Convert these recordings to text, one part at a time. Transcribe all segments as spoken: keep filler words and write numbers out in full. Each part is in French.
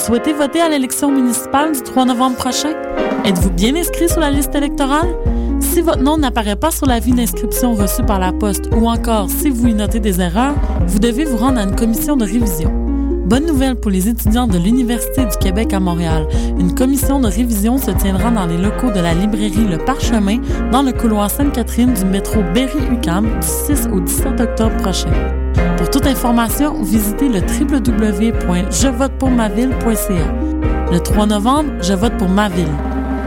souhaitez voter à l'élection municipale du trois novembre prochain? Êtes-vous bien inscrit sur la liste électorale? Si votre nom n'apparaît pas sur l'avis d'inscription reçu par la poste ou encore si vous y notez des erreurs, vous devez vous rendre à une commission de révision. Bonne nouvelle pour les étudiants de l'Université du Québec à Montréal. Une commission de révision se tiendra dans les locaux de la librairie Le Parchemin dans le couloir Sainte-Catherine du métro Berry-U Q A M du six au dix-sept octobre prochain. Pour toute information, visitez le w w w point je vote pour ma ville point c a. Le trois novembre, je vote pour ma ville.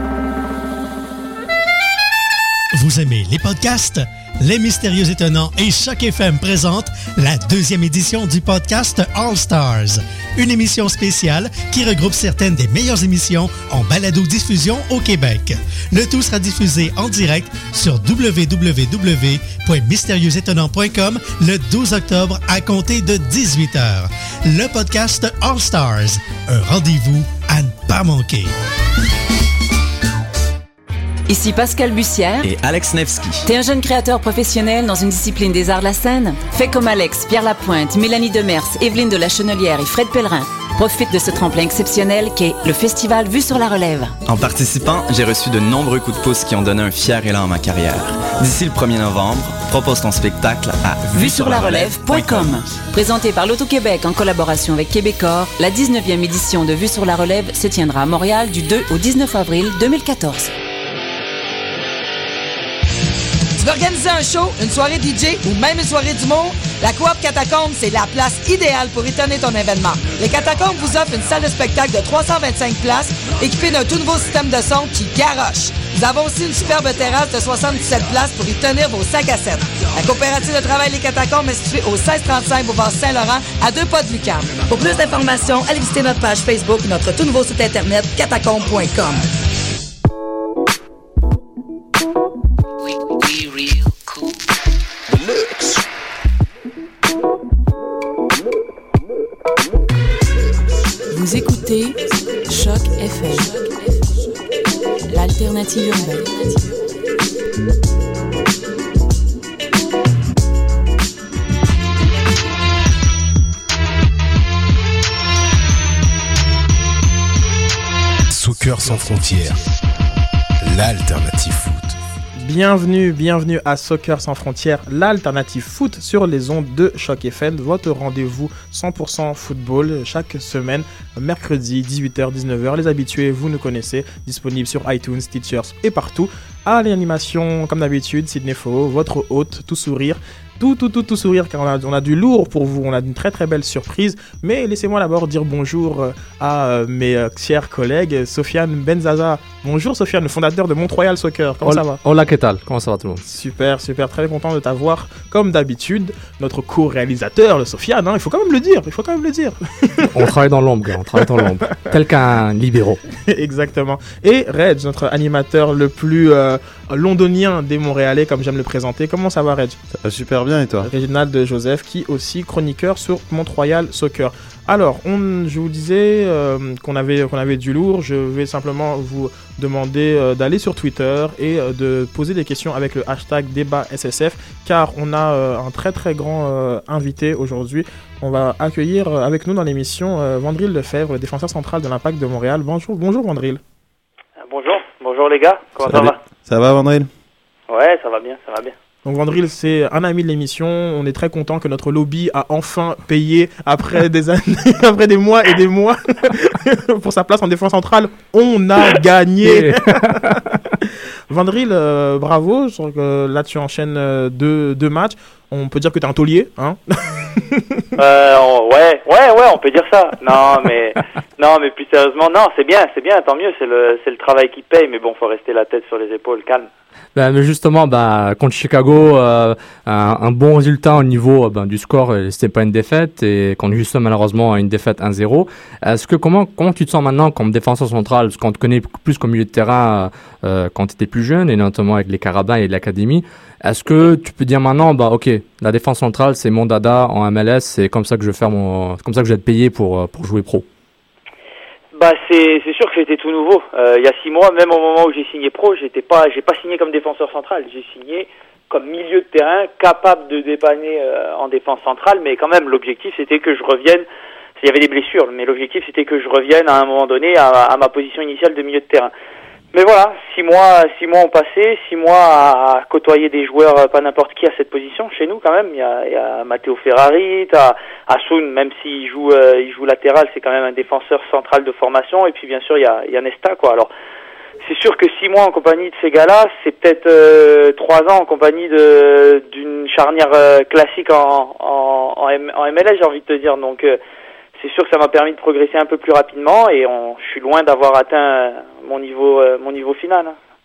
Vous aimez les podcasts? Les Mystérieux Étonnants et Choc F M présentent la deuxième édition du podcast All Stars, une émission spéciale qui regroupe certaines des meilleures émissions en balado-diffusion au Québec. Le tout sera diffusé en direct sur w w w point mystérieux étonnants point com le douze octobre à compter de dix-huit heures. Le podcast All Stars, un rendez-vous à ne pas manquer. Ici Pascal Bussière et Alex Nevsky. T'es un jeune créateur professionnel dans une discipline des arts de la scène? Fais comme Alex, Pierre Lapointe, Mélanie Demers, Evelyne de la Chenelière et Fred Pellerin. Profite de ce tremplin exceptionnel qu'est le festival Vue sur la Relève. En participant, j'ai reçu de nombreux coups de pouce qui ont donné un fier élan à ma carrière. D'ici le premier novembre, propose ton spectacle à vue sur la relève point com. Présenté par l'Auto-Québec en collaboration avec Québecor, la dix-neuvième édition de Vue sur la Relève se tiendra à Montréal du deux au dix-neuf avril deux mille quatorze. Tu veux organiser un show, une soirée D J ou même une soirée d'humour? La Coop Catacombes, c'est la place idéale pour étonner ton événement. Les Catacombes vous offrent une salle de spectacle de trois cent vingt-cinq places équipée d'un tout nouveau système de son qui garoche. Nous avons aussi une superbe terrasse de soixante-dix-sept places pour y tenir vos sacs à sept. La coopérative de travail Les Catacombes est située au seize trente-cinq boulevard Saint-Laurent, à deux pas de l'U Q A M. Pour plus d'informations, allez visiter notre page Facebook ou notre tout nouveau site internet catacombes point com. Vous écoutez Choc F M, l'alternative urbaine. Soccer sans frontières, l'alternative foot. Bienvenue, bienvenue à Soccer sans frontières, l'alternative foot sur les ondes de Choc F M, votre rendez-vous cent pour cent football chaque semaine, mercredi dix-huit heures dix-neuf heures. Les habitués, vous nous connaissez, disponible sur iTunes, Stitchers et partout. À l'animation, comme d'habitude, Sidney Faux, votre hôte, tout sourire. Tout, tout, tout, tout sourire, car on a, on a du lourd pour vous, on a une très très belle surprise. Mais laissez-moi d'abord dire bonjour à mes euh, chers collègues, Sofiane Benzaza. Bonjour Sofiane, le fondateur de Mont-Royal Soccer, comment hola, ça va? Hola, ¿qué tal? Comment ça va tout le monde? Super, super, très content de t'avoir, comme d'habitude, notre co-réalisateur, le Sofiane, hein, il faut quand même le dire, il faut quand même le dire. On travaille dans l'ombre, gars, on travaille dans l'ombre, tel qu'un libéraux. Exactement. Et Reg, notre animateur le plus euh, londonien des Montréalais, comme j'aime le présenter. Comment ça va Reg? Ça va super bien. Et toi? Réginald de Joseph, qui aussi chroniqueur sur Mont-Royal Soccer. Alors, on, je vous disais euh, qu'on avait, qu'on avait du lourd. Je vais simplement vous demander euh, d'aller sur Twitter et euh, de poser des questions avec le hashtag débat S S F, car on a euh, un très très grand euh, invité aujourd'hui. On va accueillir euh, avec nous dans l'émission euh, Vandril Lefebvre, le défenseur central de l'Impact de Montréal. Bonjour, bonjour Vandril. Bonjour, bonjour les gars, comment Salut. ça va? Ça va Vandril? Ouais, ça va bien, ça va bien. Donc Vandril, c'est un ami de l'émission. On est très content que notre lobby a enfin payé après des années, après des mois et des mois pour sa place en défense centrale. On a gagné. Vandril, euh, bravo. Je crois que là, tu enchaînes euh, deux, deux matchs. On peut dire que tu es un taulier, hein? euh, on, ouais, ouais, ouais, on peut dire ça. Non, mais non, mais plus sérieusement, non, c'est bien, c'est bien, tant mieux. C'est le, c'est le travail qui paye, mais bon, faut rester la tête sur les épaules, calme. Ben, mais justement, ben, contre Chicago, euh, un, un bon résultat au niveau ben, du score, c'était pas une défaite, et contre Houston, malheureusement, une défaite un zéro. Est-ce que comment comment tu te sens maintenant comme défenseur central, parce qu'on te connaît plus comme milieu de terrain euh, quand tu étais plus jeune, et notamment avec les Carabins et l'académie. Est-ce que tu peux dire maintenant, bah ok, la défense centrale, c'est mon dada en M L S, c'est comme ça que je vais faire mon, c'est comme ça que je vais être payé pour pour jouer pro. Bah c'est c'est sûr que c'était tout nouveau. Euh, il y a six mois, même au moment où j'ai signé pro, j'étais pas, j'ai pas signé comme défenseur central. J'ai signé comme milieu de terrain, capable de dépanner euh, en défense centrale, mais quand même l'objectif c'était que je revienne il y avait des blessures, mais l'objectif c'était que je revienne à un moment donné à, à ma position initiale de milieu de terrain. Mais voilà, six mois, six mois ont passé, six mois à, à côtoyer des joueurs, pas n'importe qui à cette position chez nous quand même. Il y a, il y a Matteo Ferrari, t'as Asun, même s'il joue, euh, il joue latéral, c'est quand même un défenseur central de formation. Et puis bien sûr il y a, il y a Nesta quoi. Alors c'est sûr que six mois en compagnie de ces gars-là, c'est peut-être euh, trois ans en compagnie de d'une charnière euh, classique en en, en, M, en M L S, j'ai envie de te dire. Donc euh, c'est sûr que ça m'a permis de progresser un peu plus rapidement et on, je suis loin d'avoir atteint mon niveau, euh, mon niveau final.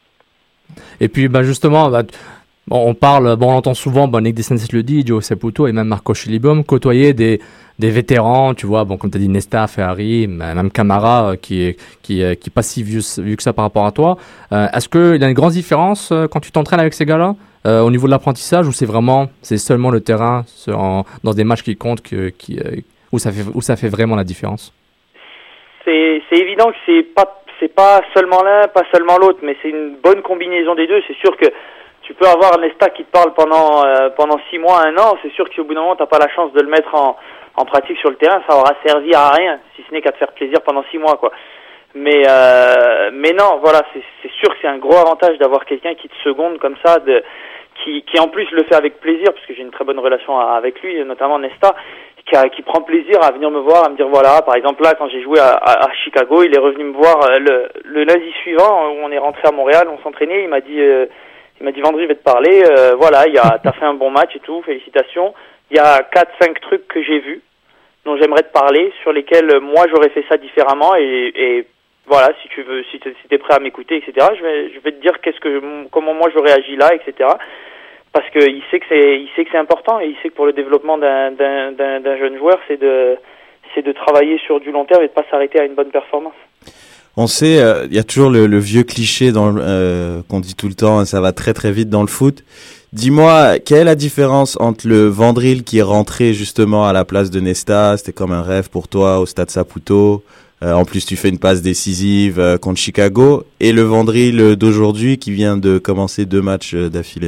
Et puis, bah, justement, bah, bon, on parle, bon, on entend souvent, bon, Nick DeSantis le dit, Joe Saputo et même Marco Schellibaum côtoyer des, des vétérans, tu vois, bon, comme tu as dit, Nesta, Ferrari, même Camara, euh, qui est, qui, euh, qui est pas si vieux, vieux que ça par rapport à toi. Euh, est-ce qu'il y a une grande différence euh, quand tu t'entraînes avec ces gars-là, euh, au niveau de l'apprentissage, ou c'est vraiment, c'est seulement le terrain, en, dans des matchs qui comptent, que, qui, euh, où ça fait, où ça fait vraiment la différence? C'est, c'est évident que c'est pas, c'est pas seulement l'un, pas seulement l'autre, mais c'est une bonne combinaison des deux. C'est sûr que tu peux avoir Nesta qui te parle pendant, euh, pendant six mois, un an. C'est sûr qu'au bout d'un moment, t'as pas la chance de le mettre en, en pratique sur le terrain. Ça aura servi à rien, si ce n'est qu'à te faire plaisir pendant six mois, quoi. Mais, euh, mais non, voilà, c'est, c'est sûr que c'est un gros avantage d'avoir quelqu'un qui te seconde comme ça, de, qui, qui en plus le fait avec plaisir, parce que j'ai une très bonne relation avec lui, notamment Nesta. Qui, a, qui prend plaisir à venir me voir, à me dire voilà, par exemple là quand j'ai joué à, à, à Chicago, il est revenu me voir euh, le, le lundi suivant où on est rentré à Montréal, on s'entraînait, il m'a dit euh, il m'a dit Vendry, je vais te parler, euh, voilà, il y a t'as fait un bon match et tout, félicitations. Il y a quatre cinq trucs que j'ai vus dont j'aimerais te parler, sur lesquels euh, moi j'aurais fait ça différemment et, et voilà, si tu veux, si t'es, si t'es prêt à m'écouter, et cetera. Je vais je vais te dire qu'est-ce que comment moi j'aurais agi là, et cetera. Parce qu'il sait que c'est, il sait que c'est important et il sait que pour le développement d'un, d'un, d'un, d'un jeune joueur, c'est de, c'est de travailler sur du long terme et de pas s'arrêter à une bonne performance. On sait, il euh, y a toujours le, le vieux cliché dans le, euh, qu'on dit tout le temps, ça va très très vite dans le foot. Dis-moi, quelle est la différence entre le Vandril qui est rentré justement à la place de Nesta, c'était comme un rêve pour toi au Stade Saputo, euh, en plus tu fais une passe décisive euh, contre Chicago, et le Vandril d'aujourd'hui qui vient de commencer deux matchs euh, d'affilée?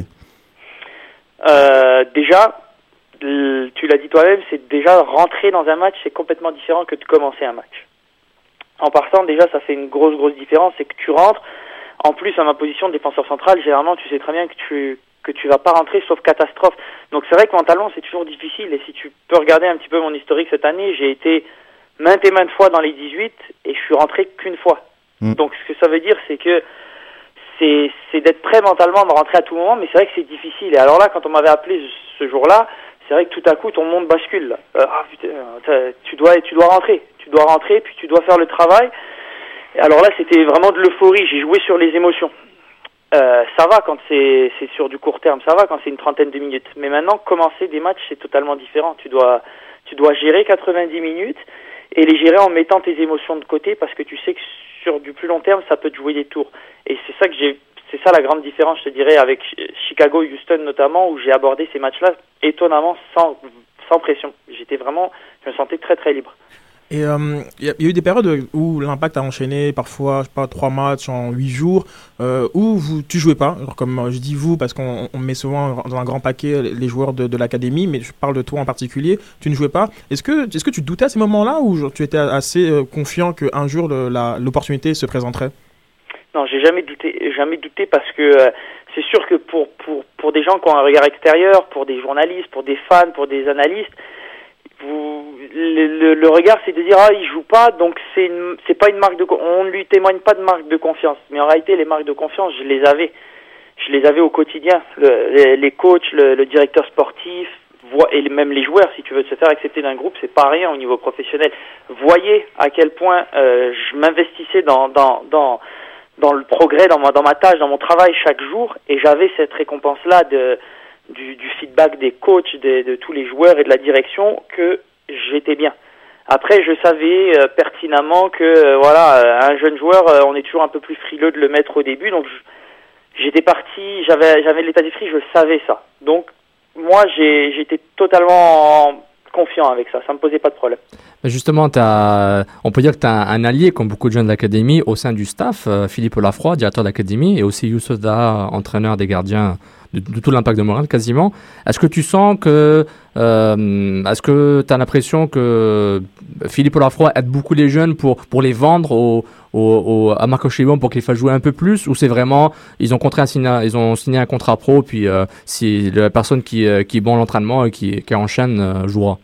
Euh, déjà, tu l'as dit toi-même, c'est déjà rentrer dans un match, c'est complètement différent que de commencer un match. En partant, déjà, ça fait une grosse, grosse différence, c'est que tu rentres. En plus, à ma position de défenseur central, généralement, tu sais très bien que tu que tu vas pas rentrer sauf catastrophe. Donc c'est vrai que mentalement, c'est toujours difficile. Et si tu peux regarder un petit peu mon historique cette année, j'ai été maintes et maintes fois dans les dix-huit et je suis rentré qu'une fois. Mmh. Donc ce que ça veut dire, c'est que C'est, c'est d'être prêt mentalement de rentrer à tout moment, mais c'est vrai que c'est difficile. Et alors là, quand on m'avait appelé ce jour-là, c'est vrai que tout à coup, ton monde bascule. Euh, ah putain, tu dois, tu dois rentrer, tu dois rentrer, puis tu dois faire le travail. Et alors là, c'était vraiment de l'euphorie. J'ai joué sur les émotions. Euh, ça va quand c'est, c'est sur du court terme, ça va quand c'est une trentaine de minutes. Mais maintenant, commencer des matchs, c'est totalement différent. Tu dois, tu dois gérer quatre-vingt-dix minutes et les gérer en mettant tes émotions de côté parce que tu sais que sur du plus long terme, ça peut te jouer des tours. Et c'est ça que j'ai, c'est ça la grande différence, je te dirais, avec Chicago, Houston notamment, où j'ai abordé ces matchs-là étonnamment sans, sans pression. J'étais vraiment, je me sentais très très libre. Et il euh, y, y a eu des périodes où l'Impact a enchaîné parfois, je sais pas, trois matchs en huit jours, euh, où vous, tu jouais pas. Alors, comme je dis vous, parce qu'on on met souvent dans un grand paquet les joueurs de, de l'académie, mais je parle de toi en particulier, tu ne jouais pas. Est-ce que, est-ce que tu doutais à ces moments-là ou genre, tu étais assez euh, confiant qu'un jour le, la, l'opportunité se présenterait? Non, j'ai jamais douté, jamais douté parce que euh, c'est sûr que pour, pour, pour des gens qui ont un regard extérieur, pour des journalistes, pour des fans, pour des analystes, vous, le, le, le regard c'est de dire ah il joue pas donc c'est une, c'est pas une marque de on ne lui témoigne pas de marque de confiance, mais en réalité les marques de confiance je les avais je les avais au quotidien, le, les, les coachs, le, le directeur sportif et même les joueurs, si tu veux se faire accepter d'un groupe, c'est pas rien au niveau professionnel. Voyez à quel point euh, je m'investissais dans dans dans dans le progrès, dans ma dans ma tâche, dans mon travail chaque jour, et j'avais cette récompense là de Du, du feedback des coachs, de, de tous les joueurs et de la direction que j'étais bien. Après, je savais euh, pertinemment que euh, voilà, euh, un jeune joueur, euh, on est toujours un peu plus frileux de le mettre au début. Donc, je, j'étais parti, j'avais, j'avais l'état d'esprit, je savais ça. Donc, moi, j'ai, j'étais totalement confiant avec ça. Ça me posait pas de problème. Justement, t'as, on peut dire que tu as un, un allié, comme beaucoup de jeunes de l'académie, au sein du staff, euh, Philippe Olafroy, directeur de l'académie, et aussi Youssef Daha, entraîneur des gardiens de, de tout l'Impact de Montréal, quasiment. Est-ce que tu sens que, euh, est-ce que tu as l'impression que Philippe Olafroy aide beaucoup les jeunes pour, pour les vendre au, au, au, à Marco Chibon pour qu'ils fassent jouer un peu plus, ou c'est vraiment, ils ont, contrat, signé, ils ont signé un contrat pro, puis euh, si la personne qui, euh, qui est bon à l'entraînement et qui, qui enchaîne euh, jouera?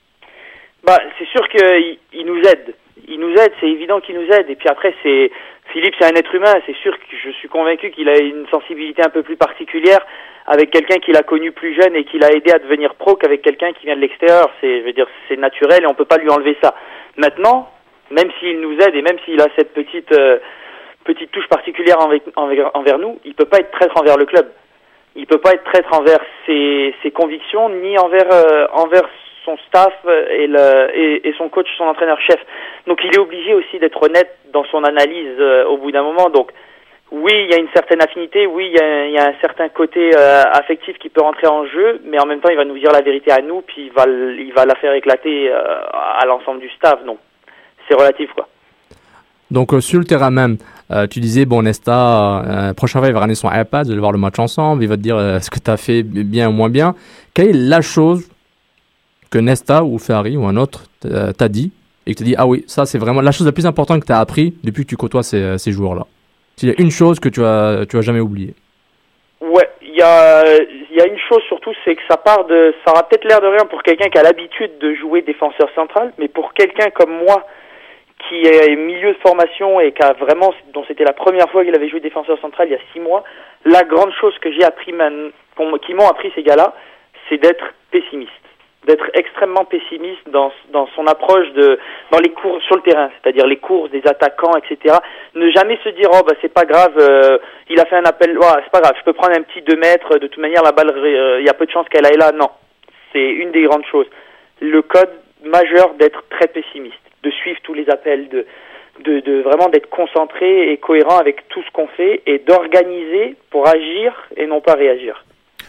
Bah, c'est sûr qu'il il nous aide. Il nous aide, c'est évident qu'il nous aide. Et puis après, c'est Philippe, c'est un être humain. C'est sûr que je suis convaincu qu'il a une sensibilité un peu plus particulière avec quelqu'un qu'il a connu plus jeune et qu'il a aidé à devenir pro qu'avec quelqu'un qui vient de l'extérieur. C'est, je veux dire, c'est naturel et on peut pas lui enlever ça. Maintenant, même s'il nous aide et même s'il a cette petite euh, petite touche particulière envers, envers, envers nous, il peut pas être traître envers le club. Il peut pas être traître envers ses, ses convictions ni envers euh, envers son staff et, le, et, et son coach, son entraîneur-chef. Donc il est obligé aussi d'être honnête dans son analyse euh, au bout d'un moment. Donc oui, il y a une certaine affinité, oui, il y a, il y a un certain côté euh, affectif qui peut rentrer en jeu, mais en même temps il va nous dire la vérité à nous, puis il va, il va la faire éclater euh, à l'ensemble du staff. Donc c'est relatif, quoi. Donc euh, sur le terrain même, euh, tu disais, bon, Nesta, euh, prochain fois, il va ramener son iPad, vous allez voir le match ensemble, il va te dire euh, ce que tu as fait bien ou moins bien. Quelle est la chose que Nesta ou Ferrari ou un autre t'a dit et que tu dit, ah oui, ça c'est vraiment la chose la plus importante que tu as appris depuis que tu côtoies ces, ces joueurs-là? S'il y a une chose que tu as, tu as jamais oubliée. Ouais, il y a, y a une chose surtout, c'est que ça part de, ça aura peut-être l'air de rien pour quelqu'un qui a l'habitude de jouer défenseur central, mais pour quelqu'un comme moi, qui est milieu de formation et qui a vraiment, dont c'était la première fois qu'il avait joué défenseur central il y a six mois, la grande chose que j'ai appris, man, qui m'ont appris ces gars-là, c'est d'être pessimiste. D'être extrêmement pessimiste dans dans son approche de dans les courses sur le terrain, c'est-à-dire les courses des attaquants, et cetera. Ne jamais se dire oh bah c'est pas grave, euh, il a fait un appel, oh, c'est pas grave, je peux prendre un petit deux mètres, de toute manière la balle, il euh, y a peu de chances qu'elle aille là. Non, c'est une des grandes choses. Le code majeur d'être très pessimiste, de suivre tous les appels, de de, de vraiment d'être concentré et cohérent avec tout ce qu'on fait et d'organiser pour agir et non pas réagir.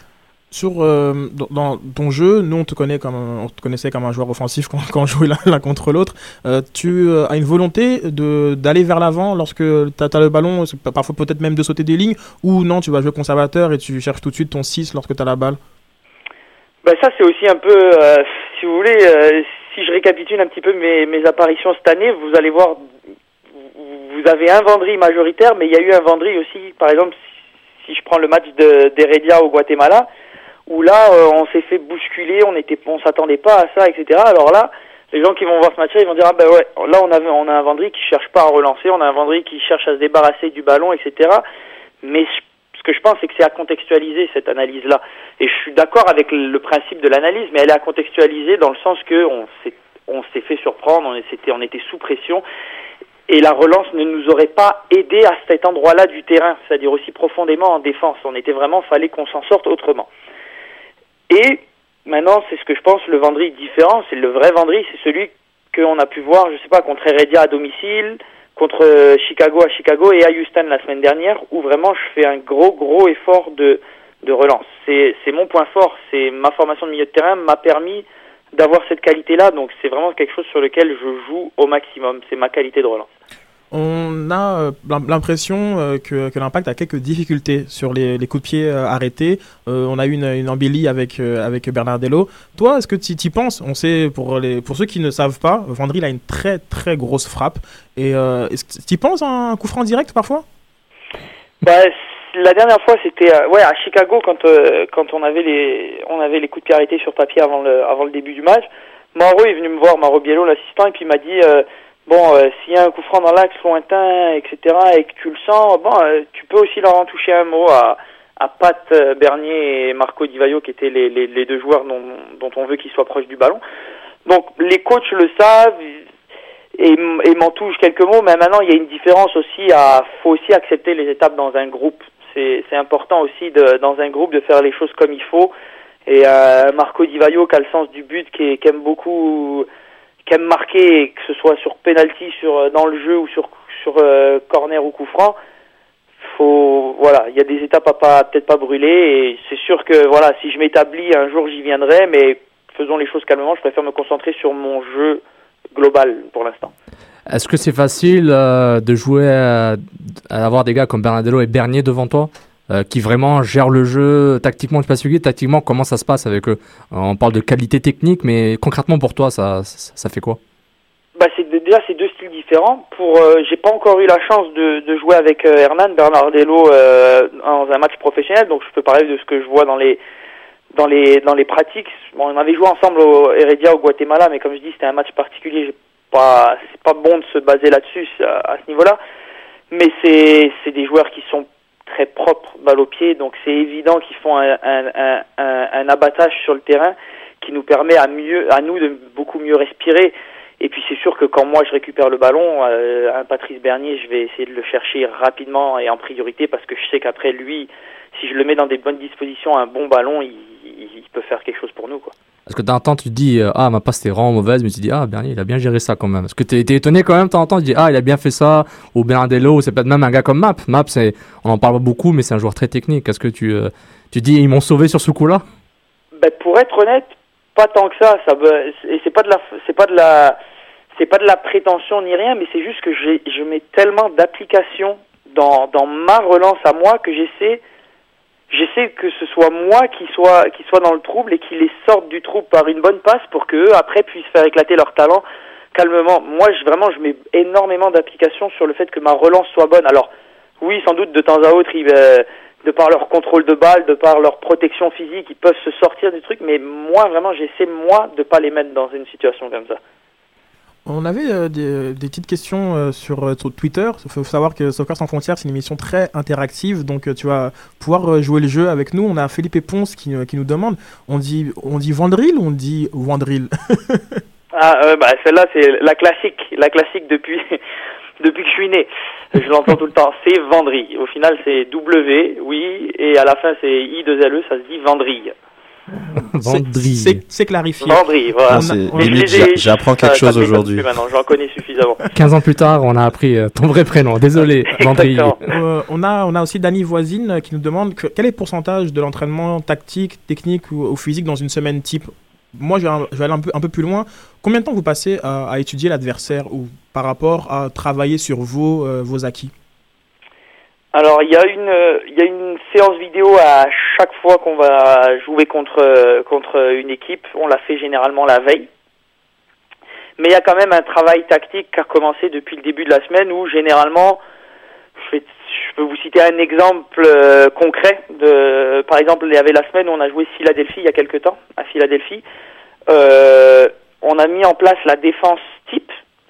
Sur euh, dans ton jeu, nous on te connaît comme un, on te connaissait comme un joueur offensif quand, quand on jouait l'un, l'un contre l'autre. Euh, tu euh, as une volonté de d'aller vers l'avant lorsque tu as le ballon, parfois peut-être même de sauter des lignes, ou non, tu vas jouer conservateur et tu cherches tout de suite ton six lorsque tu as la balle? Ben ça c'est aussi un peu, euh, si vous voulez, euh, si je récapitule un petit peu mes, mes apparitions cette année, vous allez voir, vous avez un Vendry majoritaire, mais il y a eu un Vendry aussi, par exemple, si, si je prends le match de d'Heredia au Guatemala, où là, euh, on s'est fait bousculer, on était, on s'attendait pas à ça, et cetera. Alors là, les gens qui vont voir ce match-là, ils vont dire ah ben ouais, là on a, on a un Vendry qui cherche pas à relancer, on a un Vendry qui cherche à se débarrasser du ballon, et cetera. Mais ce que je pense, c'est que c'est à contextualiser cette analyse-là. Et je suis d'accord avec le principe de l'analyse, mais elle est à contextualiser dans le sens que on s'est, on s'est fait surprendre, on était, on était sous pression. Et la relance ne nous aurait pas aidé à cet endroit-là du terrain, c'est-à-dire aussi profondément en défense. On était vraiment, fallait qu'on s'en sorte autrement. Et maintenant, c'est ce que je pense, le Vendry différent, c'est le vrai Vendry, c'est celui qu'on a pu voir, je sais pas, contre Heredia à domicile, contre Chicago à Chicago et à Houston la semaine dernière, où vraiment je fais un gros, gros effort de, de relance. C'est, c'est mon point fort, c'est ma formation de milieu de terrain m'a permis d'avoir cette qualité-là, donc c'est vraiment quelque chose sur lequel je joue au maximum, c'est ma qualité de relance. On a euh, l'impression euh, que, que l'Impact a quelques difficultés sur les, les coups de pied euh, arrêtés. Euh, on a eu une, une embellie avec, euh, avec Bernardello. Toi, est-ce que tu y penses? On sait, pour, les, pour ceux qui ne savent pas, Vendry il a une très très grosse frappe. Et euh, est-ce que tu y penses à un coup franc direct parfois? Bah, la dernière fois, c'était euh, ouais, à Chicago, quand, euh, quand on, avait les, on avait les coups de pied arrêtés sur papier avant le, avant le début du match. Mauro est venu me voir, Mauro Biello, l'assistant, et puis il m'a dit... Euh, Bon, euh, s'il y a un coup franc dans l'axe lointain, et cetera, et que tu le sens, bon, euh, tu peux aussi leur en toucher un mot à, à Pat euh, Bernier et Marco Di Vaio, qui étaient les, les, les deux joueurs dont, dont on veut qu'ils soient proches du ballon. Donc, les coachs le savent et, et m'en touchent quelques mots, mais maintenant, il y a une différence aussi à, faut aussi accepter les étapes dans un groupe. C'est, c'est important aussi de, dans un groupe de faire les choses comme il faut. Et euh, Marco Di Vaio, qui a le sens du but, qui, qui aime beaucoup... qui aime marquer, que ce soit sur penalty, sur dans le jeu ou sur sur euh, corner ou coup franc, faut voilà, il y a des étapes à pas peut-être pas brûler et c'est sûr que voilà, si je m'établis un jour j'y viendrai, mais faisons les choses calmement. Je préfère me concentrer sur mon jeu global pour l'instant. Est-ce que c'est facile euh, de jouer à, à avoir des gars comme Bernardello et Bernier devant toi euh, qui vraiment gèrent le jeu tactiquement? Je ne sais pas si tactiquement comment ça se passe avec eux. On parle de qualité technique, mais concrètement pour toi, ça, ça, ça fait quoi? Bah c'est déjà c'est deux styles différents. Pour euh, j'ai pas encore eu la chance de, de jouer avec euh, Hernan Bernardello euh, dans un match professionnel, donc je peux parler de ce que je vois dans les dans les dans les pratiques. Bon, on avait joué ensemble au Heredia au Guatemala, mais comme je dis, c'était un match particulier. J'ai pas c'est pas bon de se baser là-dessus à, à ce niveau-là. Mais c'est c'est des joueurs qui sont très propres balle au pied, donc c'est évident qu'ils font un un, un un un abattage sur le terrain qui nous permet à mieux à nous de beaucoup mieux respirer. Et puis c'est sûr que quand moi je récupère le ballon, euh, un Patrice Bernier, je vais essayer de le chercher rapidement et en priorité parce que je sais qu'après lui, si je le mets dans des bonnes dispositions, un bon ballon, il, il, il peut faire quelque chose pour nous, quoi. Parce que d'un temps tu te dis euh, ah ma passe était vraiment mauvaise, mais tu te dis ah Bernier il a bien géré ça quand même. Parce que t'es, t'es étonné quand même, de temps en temps tu te dis ah il a bien fait ça. Ou Bernardello, c'est peut-être même un ggars comme Map. Map c'est on en parle pas beaucoup, mais c'est un joueur très technique. Est-ce que tu euh, tu dis ils m'ont sauvé sur ce coup-là? Ben pour être honnête, pas tant que ça. Ça et c'est pas de la c'est pas de la C'est pas de la prétention ni rien, mais c'est juste que j'ai, je mets tellement d'applications dans, dans ma relance à moi que j'essaie, j'essaie que ce soit moi qui soit, qui soit dans le trouble et qui les sorte du trouble par une bonne passe pour que eux, après, puissent faire éclater leur talent calmement. Moi, je, vraiment, je mets énormément d'applications sur le fait que ma relance soit bonne. Alors, oui, sans doute, de temps à autre, ils, euh, de par leur contrôle de balle, de par leur protection physique, ils peuvent se sortir du truc, mais moi, vraiment, j'essaie, moi, de pas les mettre dans une situation comme ça. On avait euh, des, des petites questions euh, sur, euh, sur Twitter. Il faut savoir que Soccer Sans Frontières, c'est une émission très interactive, donc euh, tu vas pouvoir euh, jouer le jeu avec nous. On a Philippe Ponce qui, euh, qui nous demande, on dit, on dit Vandril ou on dit Vandril? Ah, euh, bah celle-là, c'est la classique, la classique depuis depuis que je suis né. Je l'entends tout le temps. C'est Vendry. Au final, c'est W, oui, et à la fin, c'est I deux L E, ça se dit Vendrille. Vendry. C'est, c'est clarifié. Vendry, voilà. Ah, c'est, limite, j'a- j'apprends quelque chose aujourd'hui. Maintenant, j'en connais suffisamment. quinze ans plus tard, on a appris euh, ton vrai prénom. Désolé, Vendry. Euh, on a on a aussi Dany Voisine qui nous demande que, quel est le pourcentage de l'entraînement tactique, technique ou, ou physique dans une semaine type. Moi, je vais, je vais aller un peu un peu plus loin. Combien de temps vous passez à, à étudier l'adversaire ou par rapport à travailler sur vos euh, vos acquis? Alors, il y a une il y a une séance vidéo à chaque fois qu'on va jouer contre contre une équipe. On la fait généralement la veille. Mais il y a quand même un travail tactique qui a commencé depuis le début de la semaine où généralement, je, vais, je peux vous citer un exemple euh, concret. De, par exemple, il y avait la semaine où on a joué Philadelphie il y a quelque temps, à Philadelphie. Euh, on a mis en place la défense type.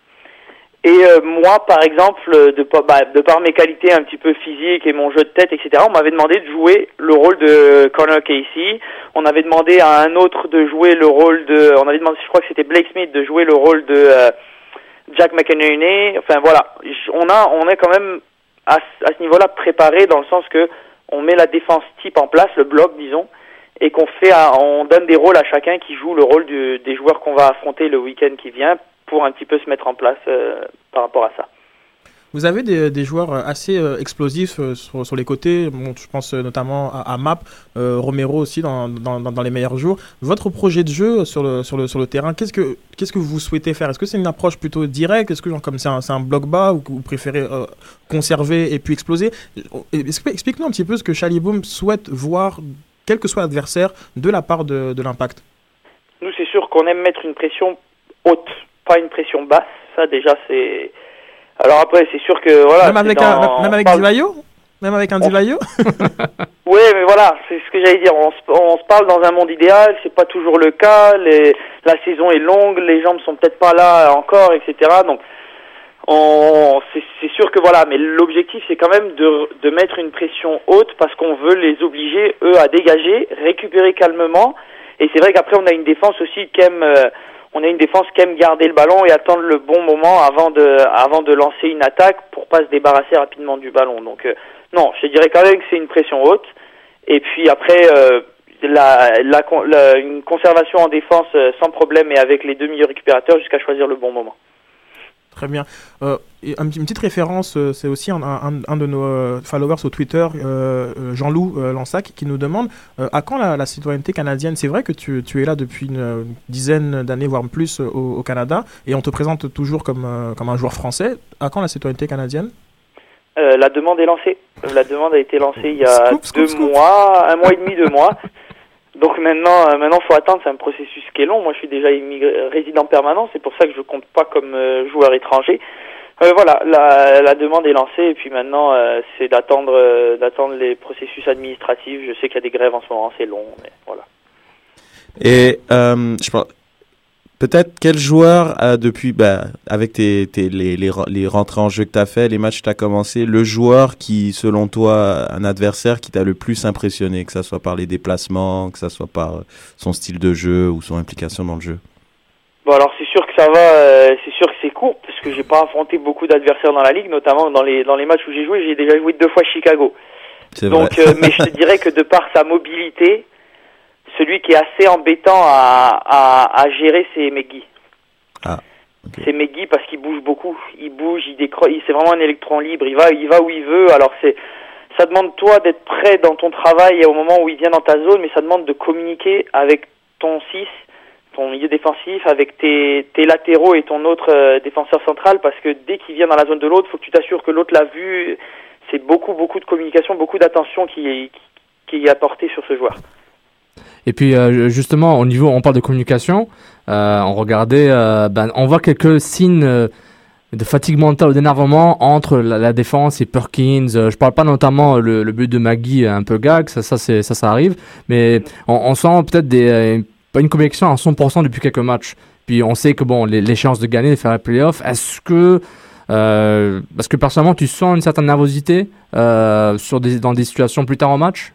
Et euh, moi, par exemple, de, bah, de par mes qualités un petit peu physiques et mon jeu de tête, et cetera, on m'avait demandé de jouer le rôle de Connor Casey. On avait demandé à un autre de jouer le rôle de... On avait demandé, je crois que c'était Blake Smith, de jouer le rôle de euh, Jack McInerney. Enfin, voilà. On a, on est quand même à, à ce niveau-là préparé dans le sens que on met la défense type en place, le bloc, disons, et qu'on fait, à, on donne des rôles à chacun qui joue le rôle du, des joueurs qu'on va affronter le week-end qui vient, pour un petit peu se mettre en place euh, par rapport à ça. Vous avez des, des joueurs assez euh, explosifs euh, sur, sur les côtés, bon, je pense euh, notamment à, à Map, euh, Romero aussi dans, dans, dans les meilleurs jours. Votre projet de jeu sur le, sur le, sur le terrain, qu'est-ce que, qu'est-ce que vous souhaitez faire? Est-ce que c'est une approche plutôt directe? Est-ce que genre, comme c'est un, c'est un bloc bas ou que vous préférez euh, conserver et puis exploser? Explique-nous un petit peu ce que Challiboum souhaite voir, quel que soit l'adversaire, de la part de, de l'Impact. Nous, c'est sûr qu'on aime mettre une pression haute, pas une pression basse. Ça, déjà, c'est... Alors après, c'est sûr que... voilà. Même avec, dans... un, même avec parle... Divayo Même avec un on... Divayo Oui, mais voilà, c'est ce que j'allais dire. On se, on se parle dans un monde idéal, c'est pas toujours le cas. Les... La saison est longue, les jambes sont peut-être pas là encore, et cetera. Donc, on... c'est, c'est sûr que voilà. Mais l'objectif, c'est quand même de, de mettre une pression haute parce qu'on veut les obliger, eux, à dégager, récupérer calmement. Et c'est vrai qu'après, on a une défense aussi qui aime... Euh, On a une défense qui aime garder le ballon et attendre le bon moment avant de avant de lancer une attaque pour pas se débarrasser rapidement du ballon. Donc euh, non, je dirais quand même que c'est une pression haute. Et puis après, euh, la, la, la, une conservation en défense euh, sans problème et avec les deux milieux récupérateurs jusqu'à choisir le bon moment. Très bien. Euh, et un, une petite référence, euh, c'est aussi un, un, un de nos euh, followers sur Twitter, euh, Jean-Loup euh, Lansac, qui nous demande euh, à quand la, la citoyenneté canadienne. C'est vrai que tu, tu es là depuis une, une dizaine d'années, voire plus, au, au Canada, et on te présente toujours comme, euh, comme un joueur français. À quand la citoyenneté canadienne? euh, La demande est lancée. La demande a été lancée il y a scoop, scoop, deux scoop. mois, un mois et demi, deux mois. Donc maintenant, euh, maintenant, faut attendre. C'est un processus qui est long. Moi, je suis déjà immigré, résident permanent. C'est pour ça que je compte pas comme euh, joueur étranger. Euh, voilà, la, la demande est lancée et puis maintenant, euh, c'est d'attendre, euh, d'attendre les processus administratifs. Je sais qu'il y a des grèves en ce moment, c'est long, mais voilà. Et euh, je pense, peut-être quel joueur a depuis, bah, avec tes, tes, les, les, les rentrées en jeu que tu as fait, les matchs que tu as commencé, le joueur qui, selon toi, un adversaire qui t'a le plus impressionné, que ça soit par les déplacements, que ça soit par son style de jeu ou son implication dans le jeu? Bon, alors c'est sûr que ça va, euh, c'est sûr que c'est court parce que j'ai pas affronté beaucoup d'adversaires dans la ligue, notamment dans les dans les matchs où j'ai joué. J'ai déjà joué deux fois Chicago. C'est Donc, vrai. euh, mais je te dirais que de par sa mobilité, celui qui est assez embêtant à à, à gérer, c'est McGee. Ah. Okay. C'est McGee parce qu'il bouge beaucoup. Il bouge, il décroche. C'est vraiment un électron libre. Il va, il va où il veut. Alors c'est, ça demande toi d'être prêt dans ton travail au moment où il vient dans ta zone, mais ça demande de communiquer avec ton six, ton milieu défensif, avec tes, tes latéraux et ton autre euh, défenseur central, parce que dès qu'il vient dans la zone de l'autre, faut que tu t'assures que l'autre l'a vu. C'est beaucoup, beaucoup de communication, beaucoup d'attention qui est, qui est apportée sur ce joueur. Et puis euh, justement, au niveau, on parle de communication, euh, on regardait, euh, ben, on voit quelques signes euh, de fatigue mentale ou d'énervement entre la, la défense et Perkins. Euh, je parle pas notamment le, le but de Maggie un peu gag, ça, ça, c'est, ça, ça arrive, mais on, on sent peut-être des, euh, pas une communication à cent pour cent depuis quelques matchs. Puis on sait que bon, les, les chances de gagner, de faire les playoffs, est-ce que euh, parce que personnellement, tu sens une certaine nervosité euh, sur des, dans des situations plus tard en match?